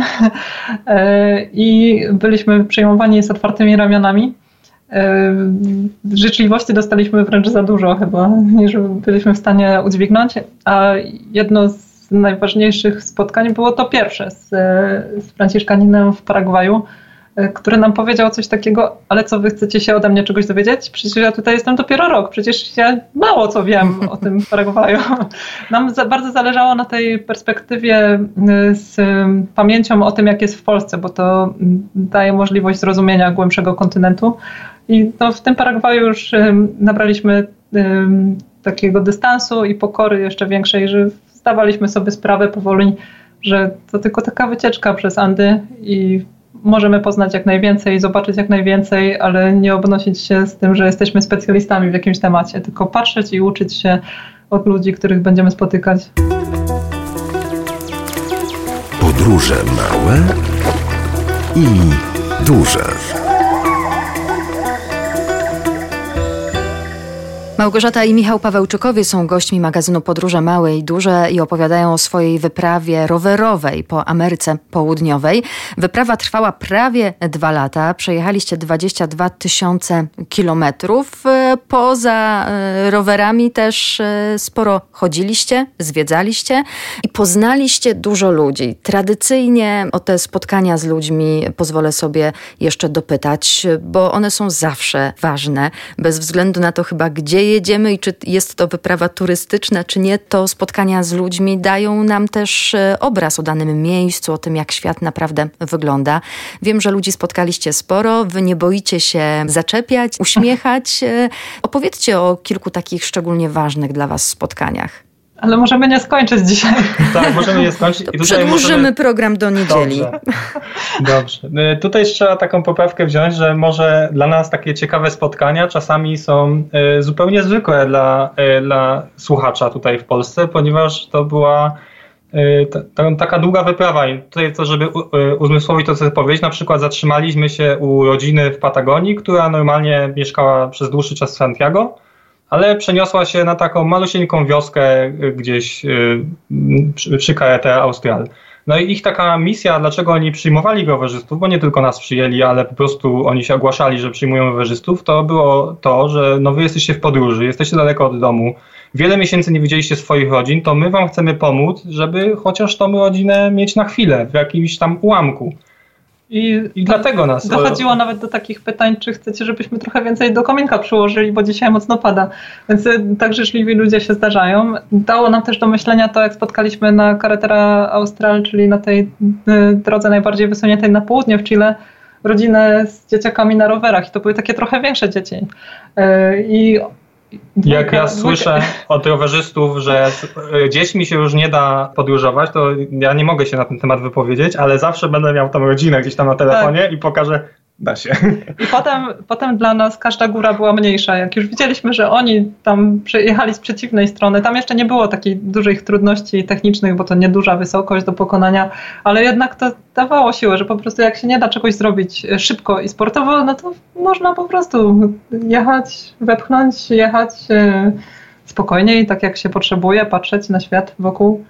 i byliśmy przyjmowani z otwartymi ramionami. Życzliwości dostaliśmy wręcz za dużo chyba, niż byliśmy w stanie udźwignąć, a jedno z najważniejszych spotkań było to pierwsze z, z Franciszkaninem w Paragwaju, który nam powiedział coś takiego, ale co wy chcecie się ode mnie czegoś dowiedzieć? Przecież ja tutaj jestem dopiero rok, przecież ja mało co wiem o tym Paragwaju. Nam za, bardzo zależało na tej perspektywie z pamięcią o tym, jak jest w Polsce, bo to daje możliwość zrozumienia głębszego kontynentu. I no, w tym Paragwaju już nabraliśmy takiego dystansu i pokory jeszcze większej, że zdawaliśmy sobie sprawę powoli, że to tylko taka wycieczka przez Andy i możemy poznać jak najwięcej, zobaczyć jak najwięcej, ale nie obnosić się z tym, że jesteśmy specjalistami w jakimś temacie, tylko patrzeć i uczyć się od ludzi, których będziemy spotykać. Podróże małe i duże. Małgorzata i Michał Pawełczykowie są gośćmi magazynu Podróże Małe i Duże i opowiadają o swojej wyprawie rowerowej po Ameryce Południowej. Wyprawa trwała prawie dwa lata. Przejechaliście dwadzieścia dwa tysiące kilometrów. Poza rowerami też sporo chodziliście, zwiedzaliście i poznaliście dużo ludzi. Tradycyjnie o te spotkania z ludźmi pozwolę sobie jeszcze dopytać, bo one są zawsze ważne, bez względu na to chyba, gdzie jedziemy i czy jest to wyprawa turystyczna, czy nie, to spotkania z ludźmi dają nam też obraz o danym miejscu, o tym, jak świat naprawdę wygląda. Wiem, że ludzi spotkaliście sporo, wy nie boicie się zaczepiać, uśmiechać. Opowiedzcie o kilku takich szczególnie ważnych dla was spotkaniach. Ale możemy nie skończyć dzisiaj. Tak, możemy nie skończyć. I tutaj przedłużymy możemy... program do niedzieli. Dobrze. Dobrze. Tutaj trzeba taką poprawkę wziąć, że może dla nas takie ciekawe spotkania czasami są zupełnie zwykłe dla, dla słuchacza tutaj w Polsce, ponieważ to była ta, ta, taka długa wyprawa. I tutaj to, żeby uzmysłowić to, co chcę powiedzieć, na przykład zatrzymaliśmy się u rodziny w Patagonii, która normalnie mieszkała przez dłuższy czas w Santiago, ale przeniosła się na taką malusieńką wioskę gdzieś przy, przy Carretera Austral. No i ich taka misja, dlaczego oni przyjmowali rowerzystów, bo nie tylko nas przyjęli, ale po prostu oni się ogłaszali, że przyjmują rowerzystów, to było to, że no wy jesteście w podróży, jesteście daleko od domu, wiele miesięcy nie widzieliście swoich rodzin, to my wam chcemy pomóc, żeby chociaż tą rodzinę mieć na chwilę, w jakimś tam ułamku. I, I dlatego nas... Dochodziło nawet do takich pytań, czy chcecie, żebyśmy trochę więcej do kominka przyłożyli, bo dzisiaj mocno pada. Więc tak życzliwi ludzie się zdarzają. Dało nam też do myślenia to, jak spotkaliśmy na Carretera Austral, czyli na tej drodze najbardziej wysuniętej na południe w Chile, rodzinę z dzieciakami na rowerach. I to były takie trochę większe dzieci. I Dwójka, Jak ja słyszę od rowerzystów, że z dziećmi się już nie da podróżować, to ja nie mogę się na ten temat wypowiedzieć, ale zawsze będę miał tą rodzinę gdzieś tam na telefonie tak. I pokażę, da się. I potem, potem dla nas każda góra była mniejsza. Jak już widzieliśmy, że oni tam przyjechali z przeciwnej strony, tam jeszcze nie było takich dużych trudności technicznych, bo to nieduża wysokość do pokonania, ale jednak to dawało siłę, że po prostu jak się nie da czegoś zrobić szybko i sportowo, no to można po prostu jechać, wepchnąć, jechać spokojniej, tak jak się potrzebuje, patrzeć na świat wokół.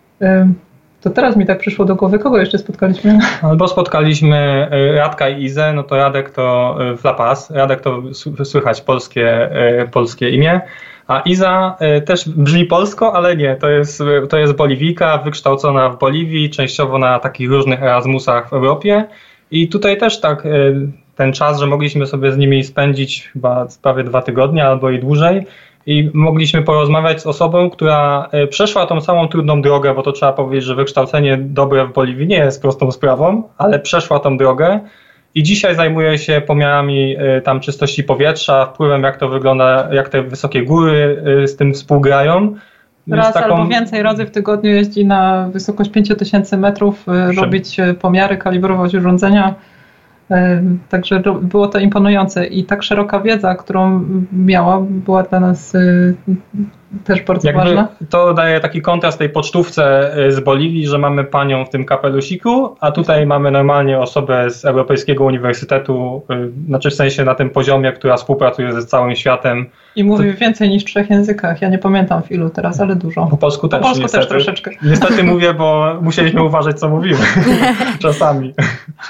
To teraz mi tak przyszło do głowy, kogo jeszcze spotkaliśmy? Albo spotkaliśmy Radka i Izę, no to Radek to w La Paz, Radek to słychać polskie, polskie imię, a Iza też brzmi polsko, ale nie, to jest, to jest Boliwijka, wykształcona w Boliwii, częściowo na takich różnych Erasmusach w Europie i tutaj też tak ten czas, że mogliśmy sobie z nimi spędzić chyba prawie dwa tygodnie albo i dłużej, i mogliśmy porozmawiać z osobą, która przeszła tą samą trudną drogę, bo to trzeba powiedzieć, że wykształcenie dobre w Boliwii nie jest prostą sprawą, ale przeszła tą drogę i dzisiaj zajmuje się pomiarami tam czystości powietrza, wpływem jak to wygląda, jak te wysokie góry z tym współgrają. Raz taką... albo więcej razy w tygodniu jeździ na wysokość pięć tysięcy metrów, Prze... robić pomiary, kalibrować urządzenia. Także było to imponujące i tak szeroka wiedza, którą miała, była dla nas też bardzo Jakby ważna. To daje taki kontrast tej pocztówce z Boliwii, że mamy panią w tym kapelusiku, a tutaj mamy normalnie osobę z Europejskiego Uniwersytetu, znaczy w sensie na tym poziomie, która współpracuje ze całym światem. I mówi to... więcej niż w trzech językach. Ja nie pamiętam w ilu teraz, ale dużo. Po polsku też. Po polsku niestety. też troszeczkę. Niestety mówię, bo musieliśmy uważać, co mówimy czasami.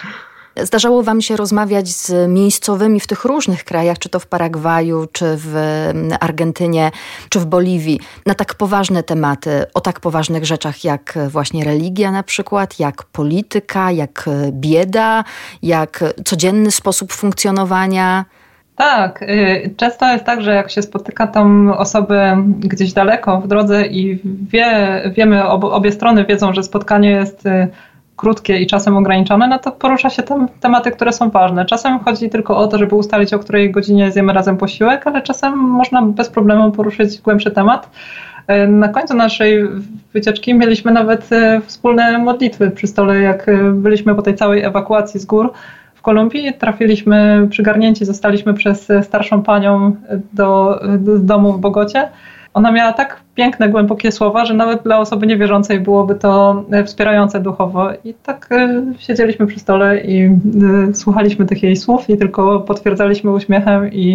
Zdarzało wam się rozmawiać z miejscowymi w tych różnych krajach, czy to w Paragwaju, czy w Argentynie, czy w Boliwii, na tak poważne tematy, o tak poważnych rzeczach jak właśnie religia na przykład, jak polityka, jak bieda, jak codzienny sposób funkcjonowania? Tak, często jest tak, że jak się spotyka tam osoby gdzieś daleko w drodze i wie, wiemy, obie strony wiedzą, że spotkanie jest krótkie i czasem ograniczone, no to porusza się tam tematy, które są ważne. Czasem chodzi tylko o to, żeby ustalić, o której godzinie zjemy razem posiłek, ale czasem można bez problemu poruszyć głębszy temat. Na końcu naszej wycieczki mieliśmy nawet wspólne modlitwy przy stole, jak byliśmy po tej całej ewakuacji z gór w Kolumbii. Trafiliśmy, przygarnięci zostaliśmy przez starszą panią do, do domu w Bogocie. Ona miała tak piękne, głębokie słowa, że nawet dla osoby niewierzącej byłoby to wspierające duchowo. I tak siedzieliśmy przy stole i słuchaliśmy tych jej słów i tylko potwierdzaliśmy uśmiechem i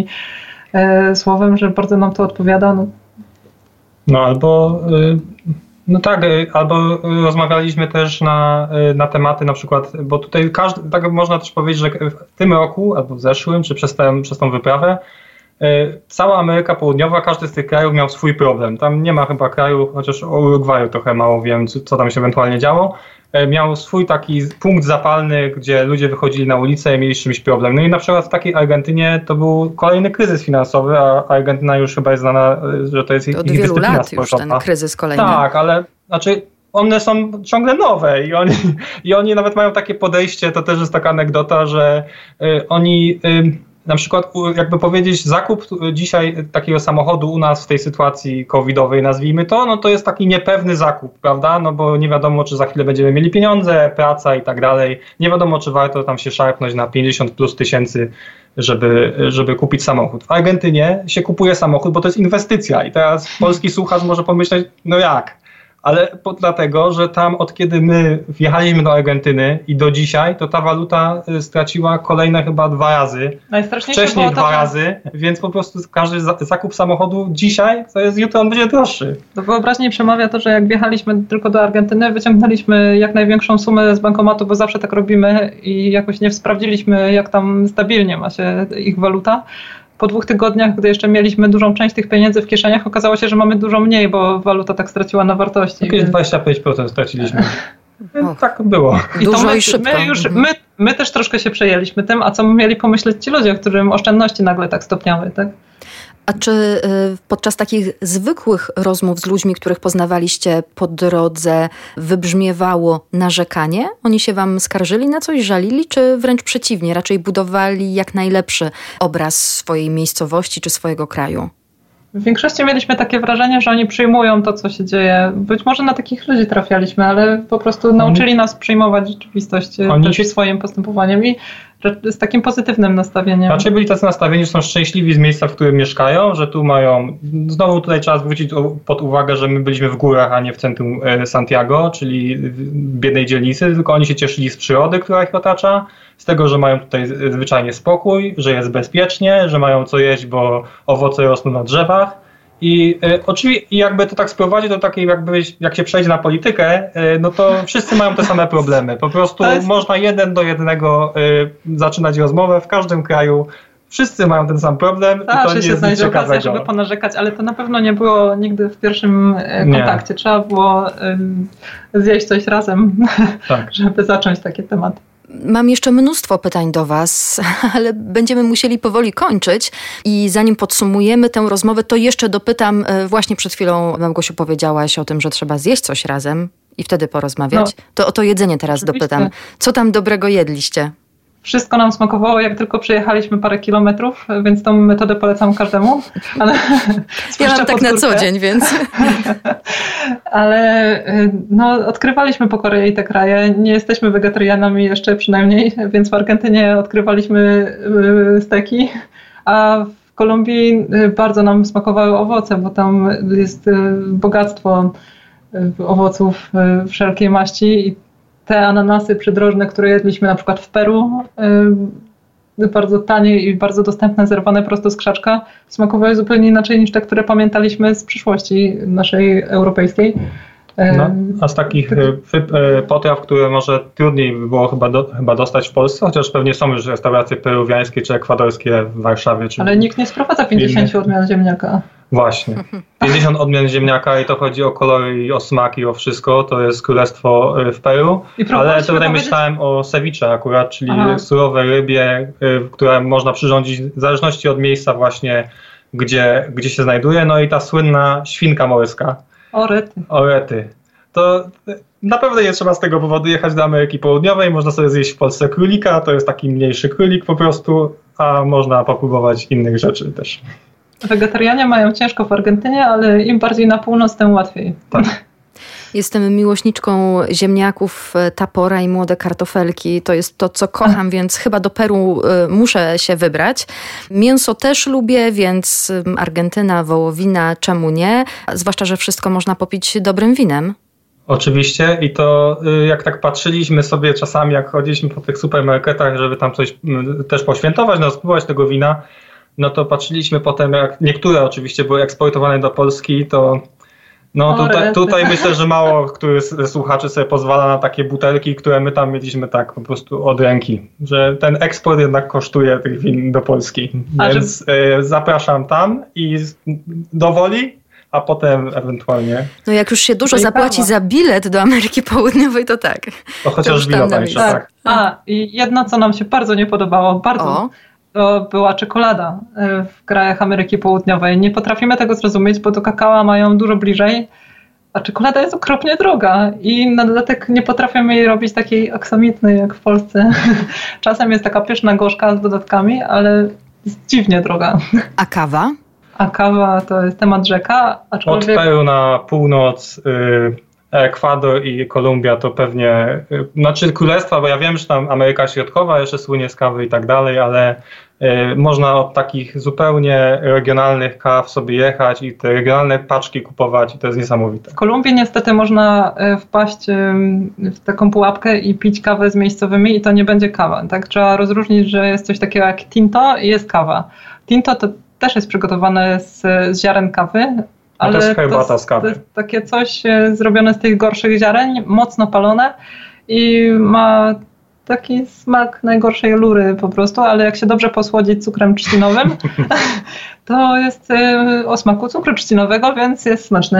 słowem, że bardzo nam to odpowiada. No, no albo... No tak, albo rozmawialiśmy też na, na tematy na przykład, bo tutaj każdy, tak można też powiedzieć, że w tym roku, albo w zeszłym, czy przez, tę, przez tą wyprawę, cała Ameryka Południowa, każdy z tych krajów miał swój problem. Tam nie ma chyba kraju, chociaż o Urugwaju trochę mało wiem, co tam się ewentualnie działo. Miał swój taki punkt zapalny, gdzie ludzie wychodzili na ulicę i mieli z czymś problem. No i na przykład w takiej Argentynie to był kolejny kryzys finansowy, a Argentyna już chyba jest znana, że to jest ich dyscyplina społeczna. Od wielu lat już ten kryzys kolejny. Tak, ale znaczy one są ciągle nowe i oni, i oni nawet mają takie podejście, to też jest taka anegdota, że y, oni... Y, Na przykład, jakby powiedzieć, zakup dzisiaj takiego samochodu u nas w tej sytuacji covidowej, nazwijmy to, no to jest taki niepewny zakup, prawda? No bo nie wiadomo, czy za chwilę będziemy mieli pieniądze, praca i tak dalej. Nie wiadomo, czy warto tam się szarpnąć na pięćdziesiąt plus tysięcy, żeby, żeby kupić samochód. W Argentynie się kupuje samochód, bo to jest inwestycja i teraz polski słuchacz może pomyśleć, no jak? Ale po, dlatego, że tam od kiedy my wjechaliśmy do Argentyny i do dzisiaj, to ta waluta straciła kolejne chyba dwa razy. Wcześniej dwa to, razy, więc po prostu każdy zakup samochodu dzisiaj, to jest jutro on będzie droższy. Do wyobraźni przemawia to, że jak wjechaliśmy tylko do Argentyny, wyciągnęliśmy jak największą sumę z bankomatu, bo zawsze tak robimy i jakoś nie sprawdziliśmy, jak tam stabilnie ma się ich waluta. Po dwóch tygodniach, gdy jeszcze mieliśmy dużą część tych pieniędzy w kieszeniach, okazało się, że mamy dużo mniej, bo waluta tak straciła na wartości. Jakieś więc... dwadzieścia pięć procent straciliśmy. Och, tak było. I dużo my, i szybko. My, już, my, my też troszkę się przejęliśmy tym, a co mieli pomyśleć ci ludzie, którym oszczędności nagle tak stopniały, tak? A czy podczas takich zwykłych rozmów z ludźmi, których poznawaliście po drodze, wybrzmiewało narzekanie? Oni się wam skarżyli na coś, żalili, czy wręcz przeciwnie, raczej budowali jak najlepszy obraz swojej miejscowości czy swojego kraju? W większości mieliśmy takie wrażenie, że oni przyjmują to, co się dzieje. Być może na takich ludzi trafialiśmy, ale po prostu nauczyli nas przyjmować rzeczywistość oni się... swoim postępowaniem i z takim pozytywnym nastawieniem. Raczej byli tacy nastawieni, że są szczęśliwi z miejsca, w którym mieszkają, że tu mają... Znowu tutaj trzeba zwrócić pod uwagę, że my byliśmy w górach, a nie w centrum Santiago, czyli w biednej dzielnicy, tylko oni się cieszyli z przyrody, która ich otacza, z tego, że mają tutaj zwyczajnie spokój, że jest bezpiecznie, że mają co jeść, bo owoce rosną na drzewach. I y, oczywiście jakby to tak sprowadzić do takiej, jakby jak się przejdzie na politykę, y, no to wszyscy mają te same problemy. Po prostu jest... można jeden do jednego y, zaczynać rozmowę w każdym kraju. Wszyscy mają ten sam problem A, i to nie się jest nic ciekawego. okazja, żeby ponarzekać, ale to na pewno nie było nigdy w pierwszym kontakcie. Nie. Trzeba było y, zjeść coś razem, tak. żeby zacząć takie tematy. Mam jeszcze mnóstwo pytań do was, ale będziemy musieli powoli kończyć i zanim podsumujemy tę rozmowę, to jeszcze dopytam, właśnie przed chwilą Małgosiu powiedziałaś o tym, że trzeba zjeść coś razem i wtedy porozmawiać. No, to o to jedzenie teraz oczywiście. Dopytam. Co tam dobrego jedliście? Wszystko nam smakowało, jak tylko przejechaliśmy parę kilometrów, więc tą metodę polecam każdemu. Ale ja mam tak na co dzień, więc... Ale no, odkrywaliśmy po Korei te kraje. Nie jesteśmy wegetarianami jeszcze przynajmniej, więc w Argentynie odkrywaliśmy steki, a w Kolumbii bardzo nam smakowały owoce, bo tam jest bogactwo owoców wszelkiej maści i te ananasy przydrożne, które jedliśmy na przykład w Peru, yy, bardzo tanie i bardzo dostępne, zerwane prosto z krzaczka, smakowały zupełnie inaczej niż te, które pamiętaliśmy z przyszłości naszej europejskiej. No, a z takich potraw, które może trudniej by było chyba, do, chyba dostać w Polsce, chociaż pewnie są już restauracje peruwiańskie czy ekwadorskie w Warszawie. Czy ale nikt nie sprowadza pięćdziesięciu odmian ziemniaka. Właśnie. pięćdziesiąt odmian ziemniaka i to chodzi o kolory i o smaki, o wszystko. To jest królestwo w Peru. Ale tutaj powiedzieć... myślałem o ceviche akurat, czyli Aha. surowej rybie, która można przyrządzić w zależności od miejsca właśnie, gdzie, gdzie się znajduje. No i ta słynna świnka morska. Orety. Orety. To naprawdę nie trzeba z tego powodu jechać do Ameryki Południowej. Można sobie zjeść w Polsce królika, to jest taki mniejszy królik po prostu, a można popróbować innych rzeczy też. Wegetarianie mają ciężko w Argentynie, ale im bardziej na północ, tym łatwiej. Tak. Jestem miłośniczką ziemniaków, tapora i młode kartofelki. To jest to, co kocham, więc chyba do Peru muszę się wybrać. Mięso też lubię, więc Argentyna, wołowina, czemu nie? Zwłaszcza, że wszystko można popić dobrym winem. Oczywiście i to jak tak patrzyliśmy sobie czasami, jak chodziliśmy po tych supermarketach, żeby tam coś też poświętować, no spróbować tego wina, no to patrzyliśmy potem, jak niektóre oczywiście były eksportowane do Polski, to no tutaj, tutaj myślę, że mało który z słuchaczy sobie pozwala na takie butelki, które my tam mieliśmy tak po prostu od ręki, że ten eksport jednak kosztuje tych win do Polski, A więc że... zapraszam tam i dowoli, a potem ewentualnie... No jak już się dużo zapłaci za bilet do Ameryki Południowej, to tak. To chociaż wino tańsze, tak. tak. A i jedno, co nam się bardzo nie podobało, bardzo... O. To była czekolada w krajach Ameryki Południowej. Nie potrafimy tego zrozumieć, bo do kakao mają dużo bliżej, a czekolada jest okropnie droga i na dodatek nie potrafią jej robić takiej aksamitnej jak w Polsce. Czasem jest taka pyszna, gorzka z dodatkami, ale jest dziwnie droga. A kawa? A kawa to jest temat rzeka. Aczkolwiek... Od Peru na północ... Y- Ekwador i Kolumbia to pewnie, znaczy królestwa, bo ja wiem, że tam Ameryka Środkowa jeszcze słynie z kawy i tak dalej, ale y, można od takich zupełnie regionalnych kaw sobie jechać i te regionalne paczki kupować i to jest niesamowite. W Kolumbii niestety można wpaść w taką pułapkę i pić kawę z miejscowymi i to nie będzie kawa. Tak? Trzeba rozróżnić, że jest coś takiego jak tinto i jest kawa. Tinto to też jest przygotowane z, z ziaren kawy, ale to jest herbata z kawy. To jest takie coś zrobione z tych gorszych ziaren, mocno palone i ma taki smak najgorszej lury po prostu, ale jak się dobrze posłodzić cukrem trzcinowym, to jest o smaku cukru trzcinowego, więc jest smaczny.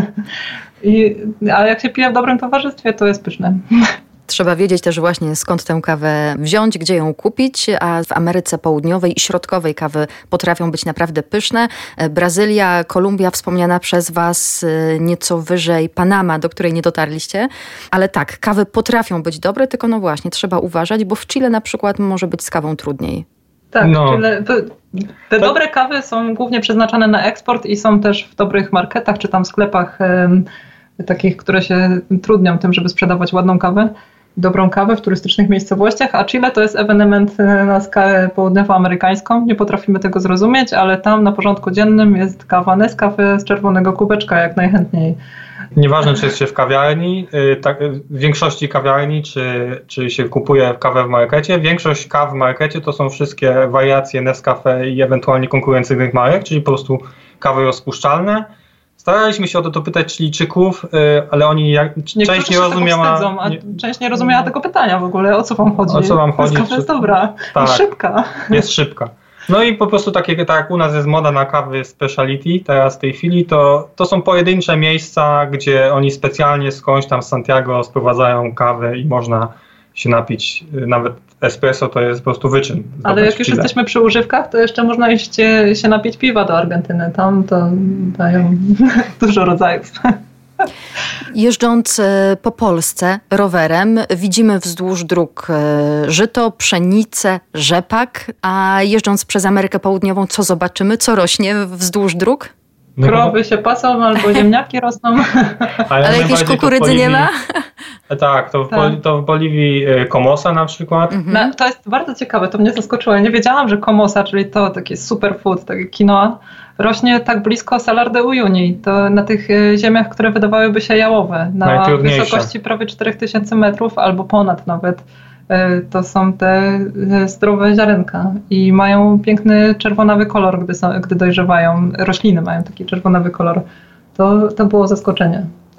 I, a jak się pije w dobrym towarzystwie, to jest pyszne. Trzeba wiedzieć też właśnie skąd tę kawę wziąć, gdzie ją kupić, a w Ameryce Południowej i Środkowej kawy potrafią być naprawdę pyszne. Brazylia, Kolumbia wspomniana przez Was, nieco wyżej Panama, do której nie dotarliście. Ale tak, kawy potrafią być dobre, tylko no właśnie trzeba uważać, bo w Chile na przykład może być z kawą trudniej. Tak, no. Chile, te, te to... dobre kawy są głównie przeznaczane na eksport i są też w dobrych marketach czy tam sklepach um, takich, które się trudnią tym, żeby sprzedawać ładną kawę. Dobrą kawę w turystycznych miejscowościach, a Chile to jest ewenement na skalę południowoamerykańską. Nie potrafimy tego zrozumieć, ale tam na porządku dziennym jest kawa Nescafe z czerwonego kubeczka jak najchętniej. Nieważne, czy jest się w kawiarni, tak, w większości kawiarni, czy, czy się kupuje kawę w markecie. Większość kaw w markecie to są wszystkie wariacje Nescafe i ewentualnie konkurencyjnych marek, czyli po prostu kawy rozpuszczalne. Staraliśmy się o to dopytać Chilijczyków, ale oni jak, część nie rozumiała... Wstydzą, a nie, część nie rozumiała tego pytania w ogóle, o co wam chodzi. O co wam chodzi? Kawa jest dobra, tak, jest szybka. Jest szybka. No i po prostu takie, tak jak u nas jest moda na kawy speciality teraz w tej chwili, to, to są pojedyncze miejsca, gdzie oni specjalnie skądś tam z Santiago sprowadzają kawę i można się napić, nawet espresso to jest po prostu wyczyn. Ale jak już Chile. Jesteśmy przy używkach, to jeszcze można iść się napić piwa do Argentyny. Tam to dają dużo rodzajów. Jeżdżąc po Polsce rowerem widzimy wzdłuż dróg żyto, pszenicę, rzepak, a jeżdżąc przez Amerykę Południową co zobaczymy? Co rośnie wzdłuż dróg? Krowy się pasą albo ziemniaki rosną. Ale, Ale jakiejś kukurydzy nie ma? Tak, to w, tak. Boli- to w Boliwii komosa na przykład. Mhm. No, to jest bardzo ciekawe, to mnie zaskoczyło. Ja nie wiedziałam, że komosa, czyli to taki superfood, takie quinoa, rośnie tak blisko Salar de Uyuni. To na tych ziemiach, które wydawałyby się jałowe. Na wysokości prawie cztery tysiące metrów albo ponad nawet. To są te zdrowe ziarenka i mają piękny czerwonawy kolor, gdy, są, gdy dojrzewają. Rośliny mają taki czerwonawy kolor. To, to było zaskoczenie.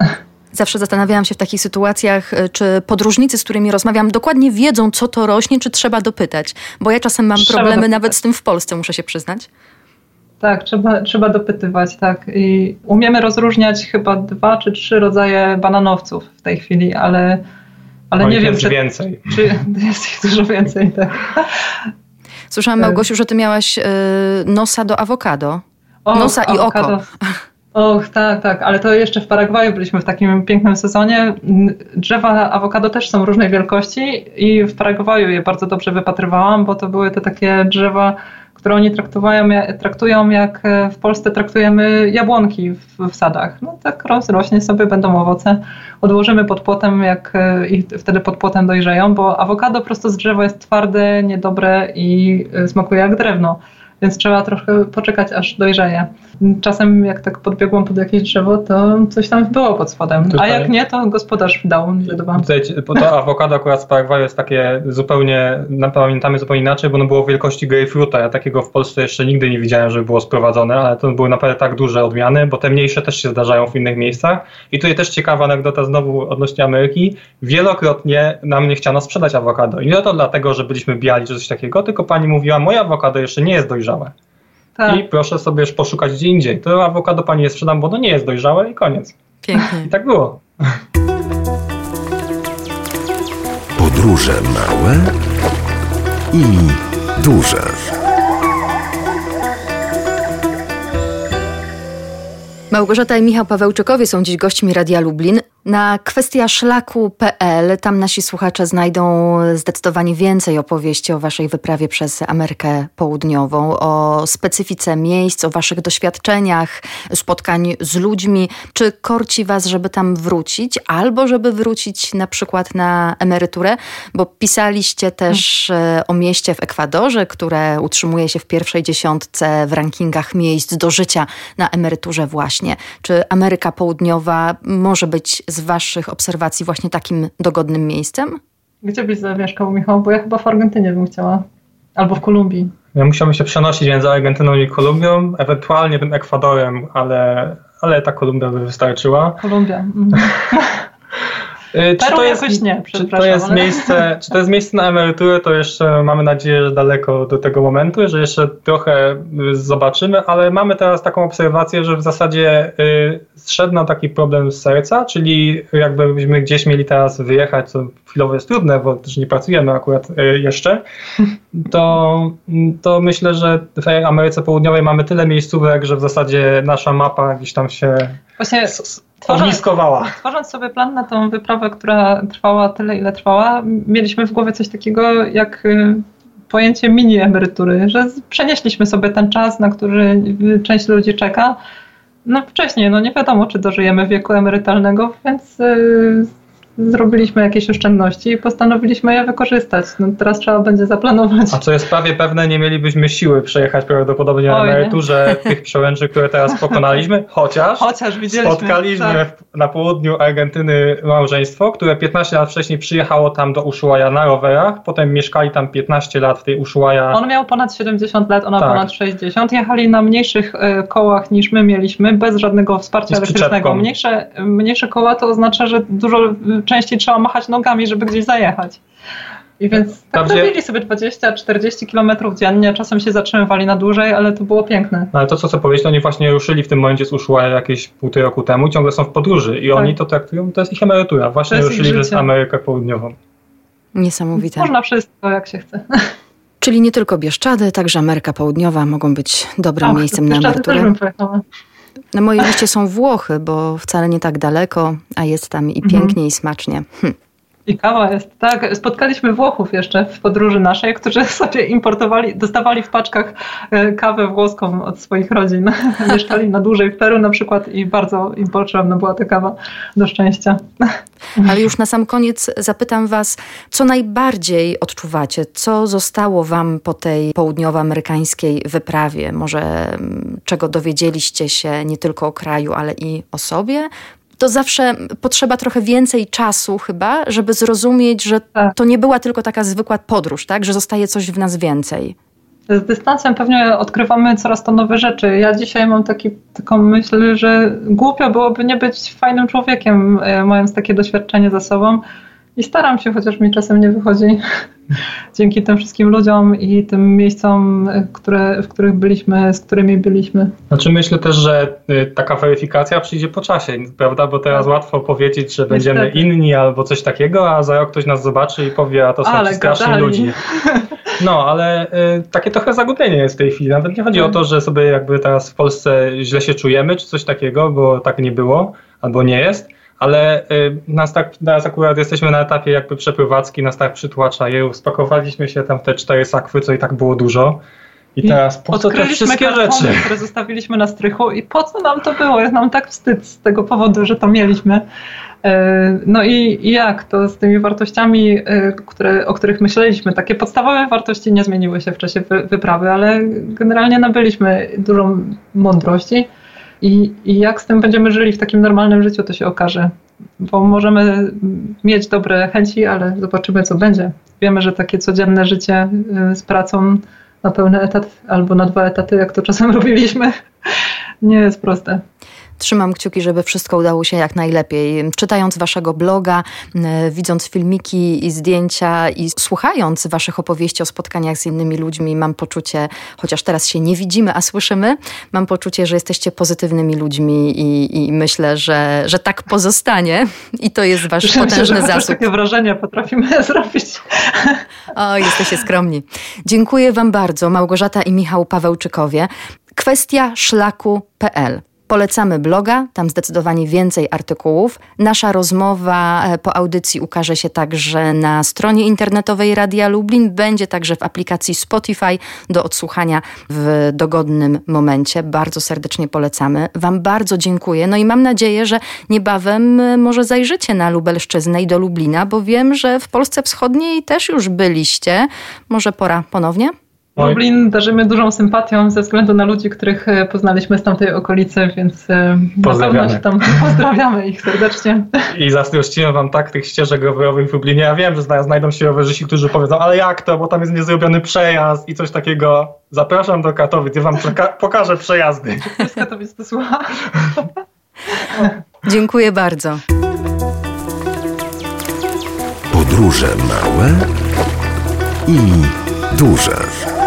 Zawsze zastanawiałam się w takich sytuacjach, czy podróżnicy, z którymi rozmawiam, dokładnie wiedzą, co to rośnie, czy trzeba dopytać. Bo ja czasem mam Trzeba problemy dopytać. nawet z tym w Polsce, muszę się przyznać. Tak, trzeba, trzeba dopytywać, tak. I umiemy rozróżniać chyba dwa czy trzy rodzaje bananowców w tej chwili, ale, ale nie wiem, jest czy, więcej. czy jest ich dużo więcej. Tak. Słyszałam, Małgosiu, że ty miałaś y, nosa do awokado. Och, Nosa i awokado. oko. Och, tak, tak, ale to jeszcze w Paragwaju byliśmy w takim pięknym sezonie. Drzewa awokado też są różnej wielkości i w Paragwaju je bardzo dobrze wypatrywałam, bo to były te takie drzewa, które oni traktują, traktują jak w Polsce traktujemy jabłonki w, w sadach. No tak rozrośnie sobie, będą owoce. Odłożymy pod płotem, jak i wtedy pod płotem dojrzeją, bo awokado prosto z drzewa jest twarde, niedobre i smakuje jak drewno. Więc trzeba trochę poczekać, aż dojrzeje. Czasem jak tak podbiegłam pod jakieś drzewo, to coś tam było pod spodem. Tutaj. A jak nie, to gospodarz dał. Tutaj, bo to awokado akurat z Paragwaju jest takie zupełnie, pamiętamy zupełnie inaczej, bo ono było wielkości grejpfruta. Ja takiego w Polsce jeszcze nigdy nie widziałem, żeby było sprowadzone, ale to były naprawdę tak duże odmiany, bo te mniejsze też się zdarzają w innych miejscach. I tutaj też ciekawa anegdota znowu odnośnie Ameryki. Wielokrotnie nam nie chciano sprzedać awokado. I nie to dlatego, że byliśmy biali czy coś takiego, tylko pani mówiła, moje awokado jeszcze nie jest dojrzałe. Tak. I proszę sobie już poszukać gdzie indziej. To awokado pani nie sprzedam, bo to nie jest dojrzałe i koniec. Pięknie. I tak było. Podróże małe i duże. Małgorzata i Michał Pawełczykowie są dziś gośćmi Radia Lublin. Na kwestia szlaku kropka pe el tam nasi słuchacze znajdą zdecydowanie więcej opowieści o waszej wyprawie przez Amerykę Południową, o specyfice miejsc, o waszych doświadczeniach, spotkań z ludźmi. Czy korci was, żeby tam wrócić, albo żeby wrócić na przykład na emeryturę? Bo pisaliście też o mieście w Ekwadorze, które utrzymuje się w pierwszej dziesiątce w rankingach miejsc do życia na emeryturze właśnie. Czy Ameryka Południowa może być z waszych obserwacji właśnie takim dogodnym miejscem? Gdzie byś zamieszkał, Michał? Bo ja chyba w Argentynie bym chciała. Albo w Kolumbii. Ja musiałbym się przenosić między Argentyną i Kolumbią, ewentualnie tym Ekwadorem, ale, ale ta Kolumbia by wystarczyła. Kolumbia. Mm. Czy to, jest, nie, czy to jest ale... miejsce, czy to jest miejsce na emeryturę, to jeszcze mamy nadzieję, że daleko do tego momentu, że jeszcze trochę zobaczymy, ale mamy teraz taką obserwację, że w zasadzie y, zszedł nam taki problem z serca, czyli jakbyśmy gdzieś mieli teraz wyjechać, co chwilowo jest trudne, bo też nie pracujemy akurat y, jeszcze, to, to myślę, że w Ameryce Południowej mamy tyle miejscówek, że w zasadzie nasza mapa gdzieś tam się Właśnie ogniskowała. Tworząc sobie plan na tą wyprawę, która trwała tyle, ile trwała, mieliśmy w głowie coś takiego jak pojęcie mini emerytury, że przenieśliśmy sobie ten czas, na który część ludzi czeka. No wcześniej, no nie wiadomo, czy dożyjemy wieku emerytalnego, więc yy, zrobiliśmy jakieś oszczędności i postanowiliśmy je wykorzystać. No teraz trzeba będzie zaplanować. A co jest prawie pewne, nie mielibyśmy siły przejechać prawdopodobnie na Oj, emeryturze nie. tych przełęczy, które teraz pokonaliśmy, chociaż, chociaż widzieliśmy, spotkaliśmy tak. na południu Argentyny małżeństwo, które piętnaście lat wcześniej przyjechało tam do Ushuaia na rowerach, potem mieszkali tam piętnaście lat w tej Ushuaia. On miał ponad siedemdziesiąt lat, ona tak. ponad sześćdziesiąt. Jechali na mniejszych y, kołach niż my mieliśmy, bez żadnego wsparcia elektrycznego. Mniejsze, mniejsze koła to oznacza, że dużo częściej trzeba machać nogami, żeby gdzieś zajechać. I więc tak Wprawdzie... robili sobie dwadzieścia czterdzieści kilometrów dziennie, czasem się zatrzymywali na dłużej, ale to było piękne. No ale to, co chcę powiedzieć, to oni właśnie ruszyli w tym momencie z Ushuaia jakieś półtorej roku temu i ciągle są w podróży i tak. oni to traktują, to jest ich emerytura. Właśnie ruszyli przez Amerykę Południową. Niesamowite. Można wszystko, jak się chce. Czyli nie tylko Bieszczady, także Ameryka Południowa mogą być dobrym Ach, miejscem na emeryturę. Też bym pojechała. Na mojej liście są Włochy, bo wcale nie tak daleko, a jest tam i pięknie, mhm. i smacznie. Hm. I kawa jest, tak. Spotkaliśmy Włochów jeszcze w podróży naszej, którzy sobie importowali, dostawali w paczkach kawę włoską od swoich rodzin. Mieszkali na dłużej w Peru na przykład i bardzo im potrzebna była ta kawa do szczęścia. Ale już na sam koniec zapytam was, co najbardziej odczuwacie? Co zostało wam po tej południowoamerykańskiej wyprawie? Może czego dowiedzieliście się nie tylko o kraju, ale i o sobie? To zawsze potrzeba trochę więcej czasu chyba, żeby zrozumieć, że to nie była tylko taka zwykła podróż, tak? Że zostaje coś w nas więcej. z dystansem pewnie odkrywamy coraz to nowe rzeczy. Ja dzisiaj mam taki, taką myśl, że głupio byłoby nie być fajnym człowiekiem, mając takie doświadczenie za sobą. I staram się, chociaż mi czasem nie wychodzi. Dzięki tym wszystkim ludziom i tym miejscom, które, w których byliśmy, z którymi byliśmy. Znaczy myślę też, że taka weryfikacja przyjdzie po czasie, prawda? Bo teraz tak. łatwo powiedzieć, że będziemy Niestety. inni albo coś takiego, a za rok ktoś nas zobaczy i powie, a to są ci straszni ludzie. No, ale y, takie trochę zagubienie jest w tej chwili. Nawet nie chodzi hmm. o to, że sobie jakby teraz w Polsce źle się czujemy, czy coś takiego, bo tak nie było, albo nie jest. Ale y, nas tak, teraz akurat jesteśmy na etapie jakby przeprowadzki, nas tak przytłacza. Jeju, spakowaliśmy się tam w te cztery sakwy, co i tak było dużo. I, I teraz po co te wszystkie kartony, rzeczy? Które zostawiliśmy na strychu i po co nam to było? Jest nam tak wstyd z tego powodu, że to mieliśmy. Y, no i, i jak to z tymi wartościami, y, które, o których myśleliśmy, takie podstawowe wartości nie zmieniły się w czasie wy, wyprawy, ale generalnie nabyliśmy dużą mądrości. I, I jak z tym będziemy żyli w takim normalnym życiu, to się okaże. Bo możemy mieć dobre chęci, ale zobaczymy, co będzie. Wiemy, że takie codzienne życie z pracą na pełny etat albo na dwa etaty, jak to czasem robiliśmy, nie jest proste. Trzymam kciuki, żeby wszystko udało się jak najlepiej. Czytając waszego bloga, widząc filmiki i zdjęcia i słuchając waszych opowieści o spotkaniach z innymi ludźmi, mam poczucie, chociaż teraz się nie widzimy, a słyszymy, mam poczucie, że jesteście pozytywnymi ludźmi i, i myślę, że, że tak pozostanie i to jest wasz Myślę, potężny że zasób. Takie wrażenie potrafimy zrobić. O, jesteście skromni. Dziękuję wam bardzo. Małgorzata i Michał Pawełczykowie. Kwestia szlaku kropka pe el. Polecamy bloga, tam zdecydowanie więcej artykułów. Nasza rozmowa po audycji ukaże się także na stronie internetowej Radia Lublin. Będzie także w aplikacji Spotify do odsłuchania w dogodnym momencie. Bardzo serdecznie polecamy. Wam bardzo dziękuję. No i mam nadzieję, że niebawem może zajrzycie na Lubelszczyznę i do Lublina, bo wiem, że w Polsce Wschodniej też już byliście. Może pora ponownie? Lublin darzymy dużą sympatią ze względu na ludzi, których poznaliśmy z tamtej okolicy, więc na pewno się tam pozdrawiamy ich serdecznie. I zazdrościłem wam tak tych ścieżek rowerowych w Lublinie. Ja wiem, że znajdą się rowerzyści, którzy powiedzą, ale jak to, bo tam jest niezrobiony przejazd i coś takiego. Zapraszam do Katowic, ja wam pokażę przejazdy. Z Katowic to słucha. Dziękuję bardzo. Podróże małe i duże.